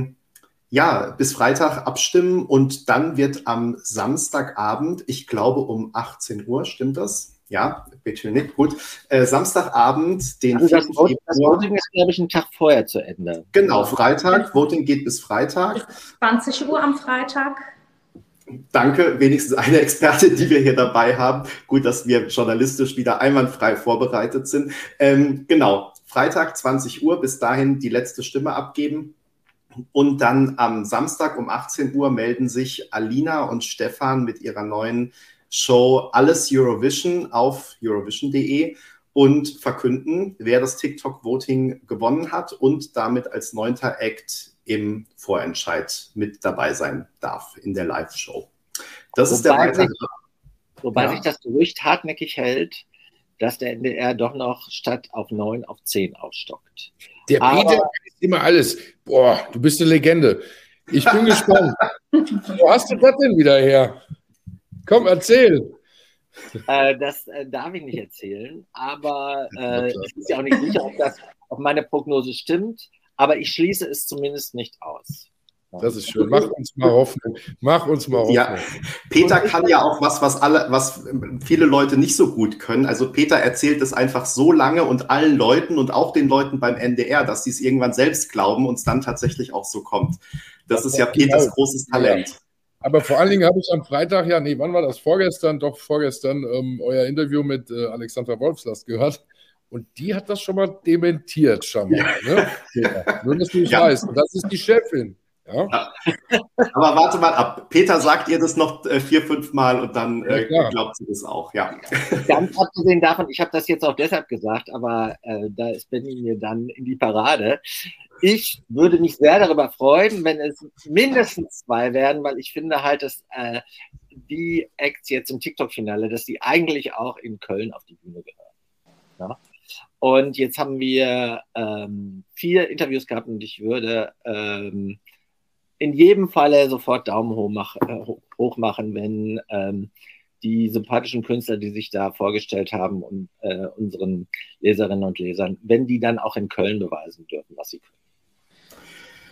bis Freitag abstimmen und dann wird am Samstagabend, ich glaube um 18 Uhr, stimmt das? Ja, bitte nicht, gut. Samstagabend, den 4. Februar. Das Voting ist, glaube ich, einen Tag vorher zu Ende. Genau, Freitag. Voting geht bis Freitag. 20 Uhr am Freitag. Danke, wenigstens eine Expertin, die wir hier dabei haben. Gut, dass wir journalistisch wieder einwandfrei vorbereitet sind. Genau, Freitag, 20 Uhr, bis dahin die letzte Stimme abgeben. Und dann am Samstag um 18 Uhr melden sich Alina und Stefan mit ihrer neuen Show Alles Eurovision auf eurovision.de und verkünden, wer das TikTok-Voting gewonnen hat und damit als 9. Act im Vorentscheid mit dabei sein darf in der Live-Show. Das ist der weitere. Wobei sich das Gerücht hartnäckig hält, dass der NDR doch noch statt auf 9 auf 10 aufstockt. Der Peter ist immer alles. Boah, du bist eine Legende. Ich bin gespannt. Wo hast du das denn wieder her? Komm, erzähl. Das darf ich nicht erzählen, aber es ist ja auch nicht sicher, ob meine Prognose stimmt, aber ich schließe es zumindest nicht aus. Das ist schön. Mach uns mal Hoffnung. Ja, Peter kann ja auch was viele Leute nicht so gut können. Also Peter erzählt es einfach so lange und allen Leuten und auch den Leuten beim NDR, dass sie es irgendwann selbst glauben und es dann tatsächlich auch so kommt. Das ist ja Peters großes Talent. Aber vor allen Dingen habe ich am Freitag, wann war das? Vorgestern, euer Interview mit Alexandra Wolfslast gehört. Und die hat das schon mal dementiert, scheinbar. Ne? Nur, dass du es weißt. Und das ist die Chefin. Ja. Aber warte mal ab. Peter sagt ihr das noch 4, 5 Mal und dann glaubt sie das auch. Ja. Ganz abgesehen davon, ich habe das jetzt auch deshalb gesagt, aber da ist Benny mir dann in die Parade. Ich würde mich sehr darüber freuen, wenn es mindestens 2 werden, weil ich finde halt, dass die Acts jetzt im TikTok-Finale, dass die eigentlich auch in Köln auf die Bühne gehören. Ja? Und jetzt haben wir 4 Interviews gehabt und ich würde in jedem Falle sofort Daumen hoch machen, wenn die sympathischen Künstler, die sich da vorgestellt haben und unseren Leserinnen und Lesern, wenn die dann auch in Köln beweisen dürfen, was sie können.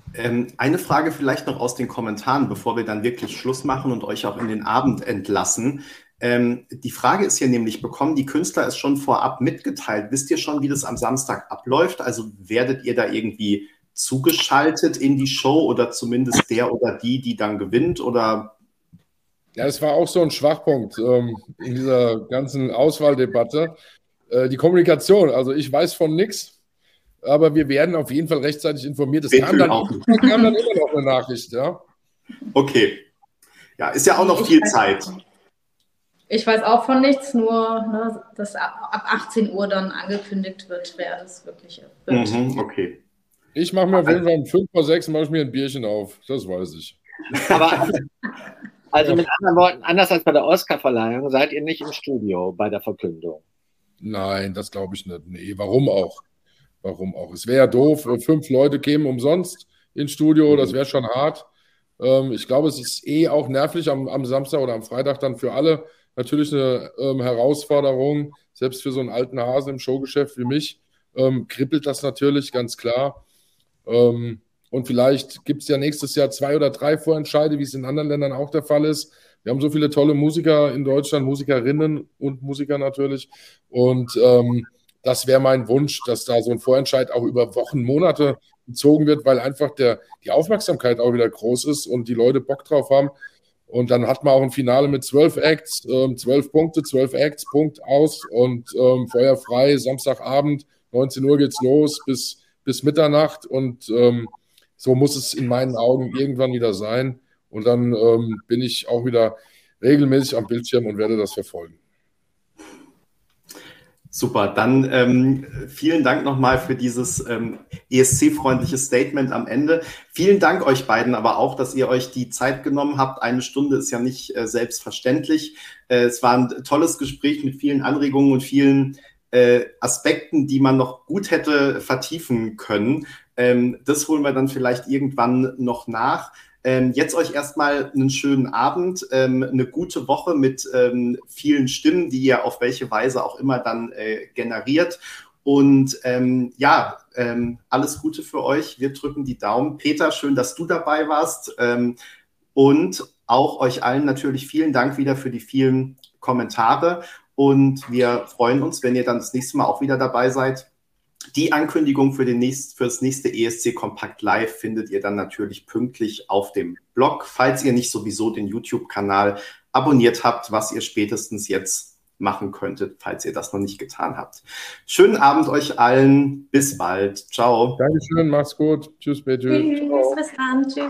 Eine Frage vielleicht noch aus den Kommentaren, bevor wir dann wirklich Schluss machen und euch auch in den Abend entlassen. Die Frage ist hier nämlich, bekommen die Künstler es schon vorab mitgeteilt? Wisst ihr schon, wie das am Samstag abläuft? Also werdet ihr da irgendwie zugeschaltet in die Show oder zumindest der oder die dann gewinnt? Oder? Ja, es war auch so ein Schwachpunkt in dieser ganzen Auswahldebatte. Die Kommunikation, also ich weiß von nichts, aber wir werden auf jeden Fall rechtzeitig informiert. Es kam dann immer noch eine Nachricht, ja. Okay. Ja, ist ja auch noch viel Zeit. Ich weiß auch von nichts, nur dass ab 18 Uhr dann angekündigt wird, wer das wirklich wird. Okay. Ich mache mir auf jeden Fall um 5 vor 6 mache ich mir ein Bierchen auf, das weiß ich. Aber also mit anderen Worten, anders als bei der Oscarverleihung, seid ihr nicht im Studio bei der Verkündung? Nein, das glaube ich nicht. Nee, warum auch? Warum auch? Es wäre ja doof, 5 Leute kämen umsonst ins Studio, das wäre schon hart. Ich glaube, es ist auch nervlich am Samstag oder am Freitag dann für alle natürlich eine Herausforderung, selbst für so einen alten Hasen im Showgeschäft wie mich, kribbelt das natürlich, ganz klar. Und vielleicht gibt es ja nächstes Jahr 2 oder 3 Vorentscheide, wie es in anderen Ländern auch der Fall ist. Wir haben so viele tolle Musiker in Deutschland, Musikerinnen und Musiker natürlich. Und das wäre mein Wunsch, dass da so ein Vorentscheid auch über Wochen, Monate gezogen wird, weil einfach die Aufmerksamkeit auch wieder groß ist und die Leute Bock drauf haben. Und dann hat man auch ein Finale mit 12 Acts, 12 Punkte, 12 Acts, Punkt aus und Feuer frei, Samstagabend, 19 Uhr geht's los bis Mitternacht und so muss es in meinen Augen irgendwann wieder sein. Und dann bin ich auch wieder regelmäßig am Bildschirm und werde das verfolgen. Super, dann vielen Dank nochmal für dieses ESC-freundliche Statement am Ende. Vielen Dank euch beiden aber auch, dass ihr euch die Zeit genommen habt. 1 Stunde ist ja nicht selbstverständlich. Es war ein tolles Gespräch mit vielen Anregungen und vielen Aspekten, die man noch gut hätte vertiefen können. Das holen wir dann vielleicht irgendwann noch nach. Jetzt euch erstmal einen schönen Abend, eine gute Woche mit vielen Stimmen, die ihr auf welche Weise auch immer dann generiert. Und alles Gute für euch. Wir drücken die Daumen. Peter, schön, dass du dabei warst. Und auch euch allen natürlich vielen Dank wieder für die vielen Kommentare. Und wir freuen uns, wenn ihr dann das nächste Mal auch wieder dabei seid. Die Ankündigung für das nächste ESC Kompakt Live findet ihr dann natürlich pünktlich auf dem Blog, falls ihr nicht sowieso den YouTube-Kanal abonniert habt, was ihr spätestens jetzt machen könntet, falls ihr das noch nicht getan habt. Schönen Abend euch allen. Bis bald. Ciao. Dankeschön, mach's gut. Tschüss, Betül. Tschüss, bis dann. Tschüss.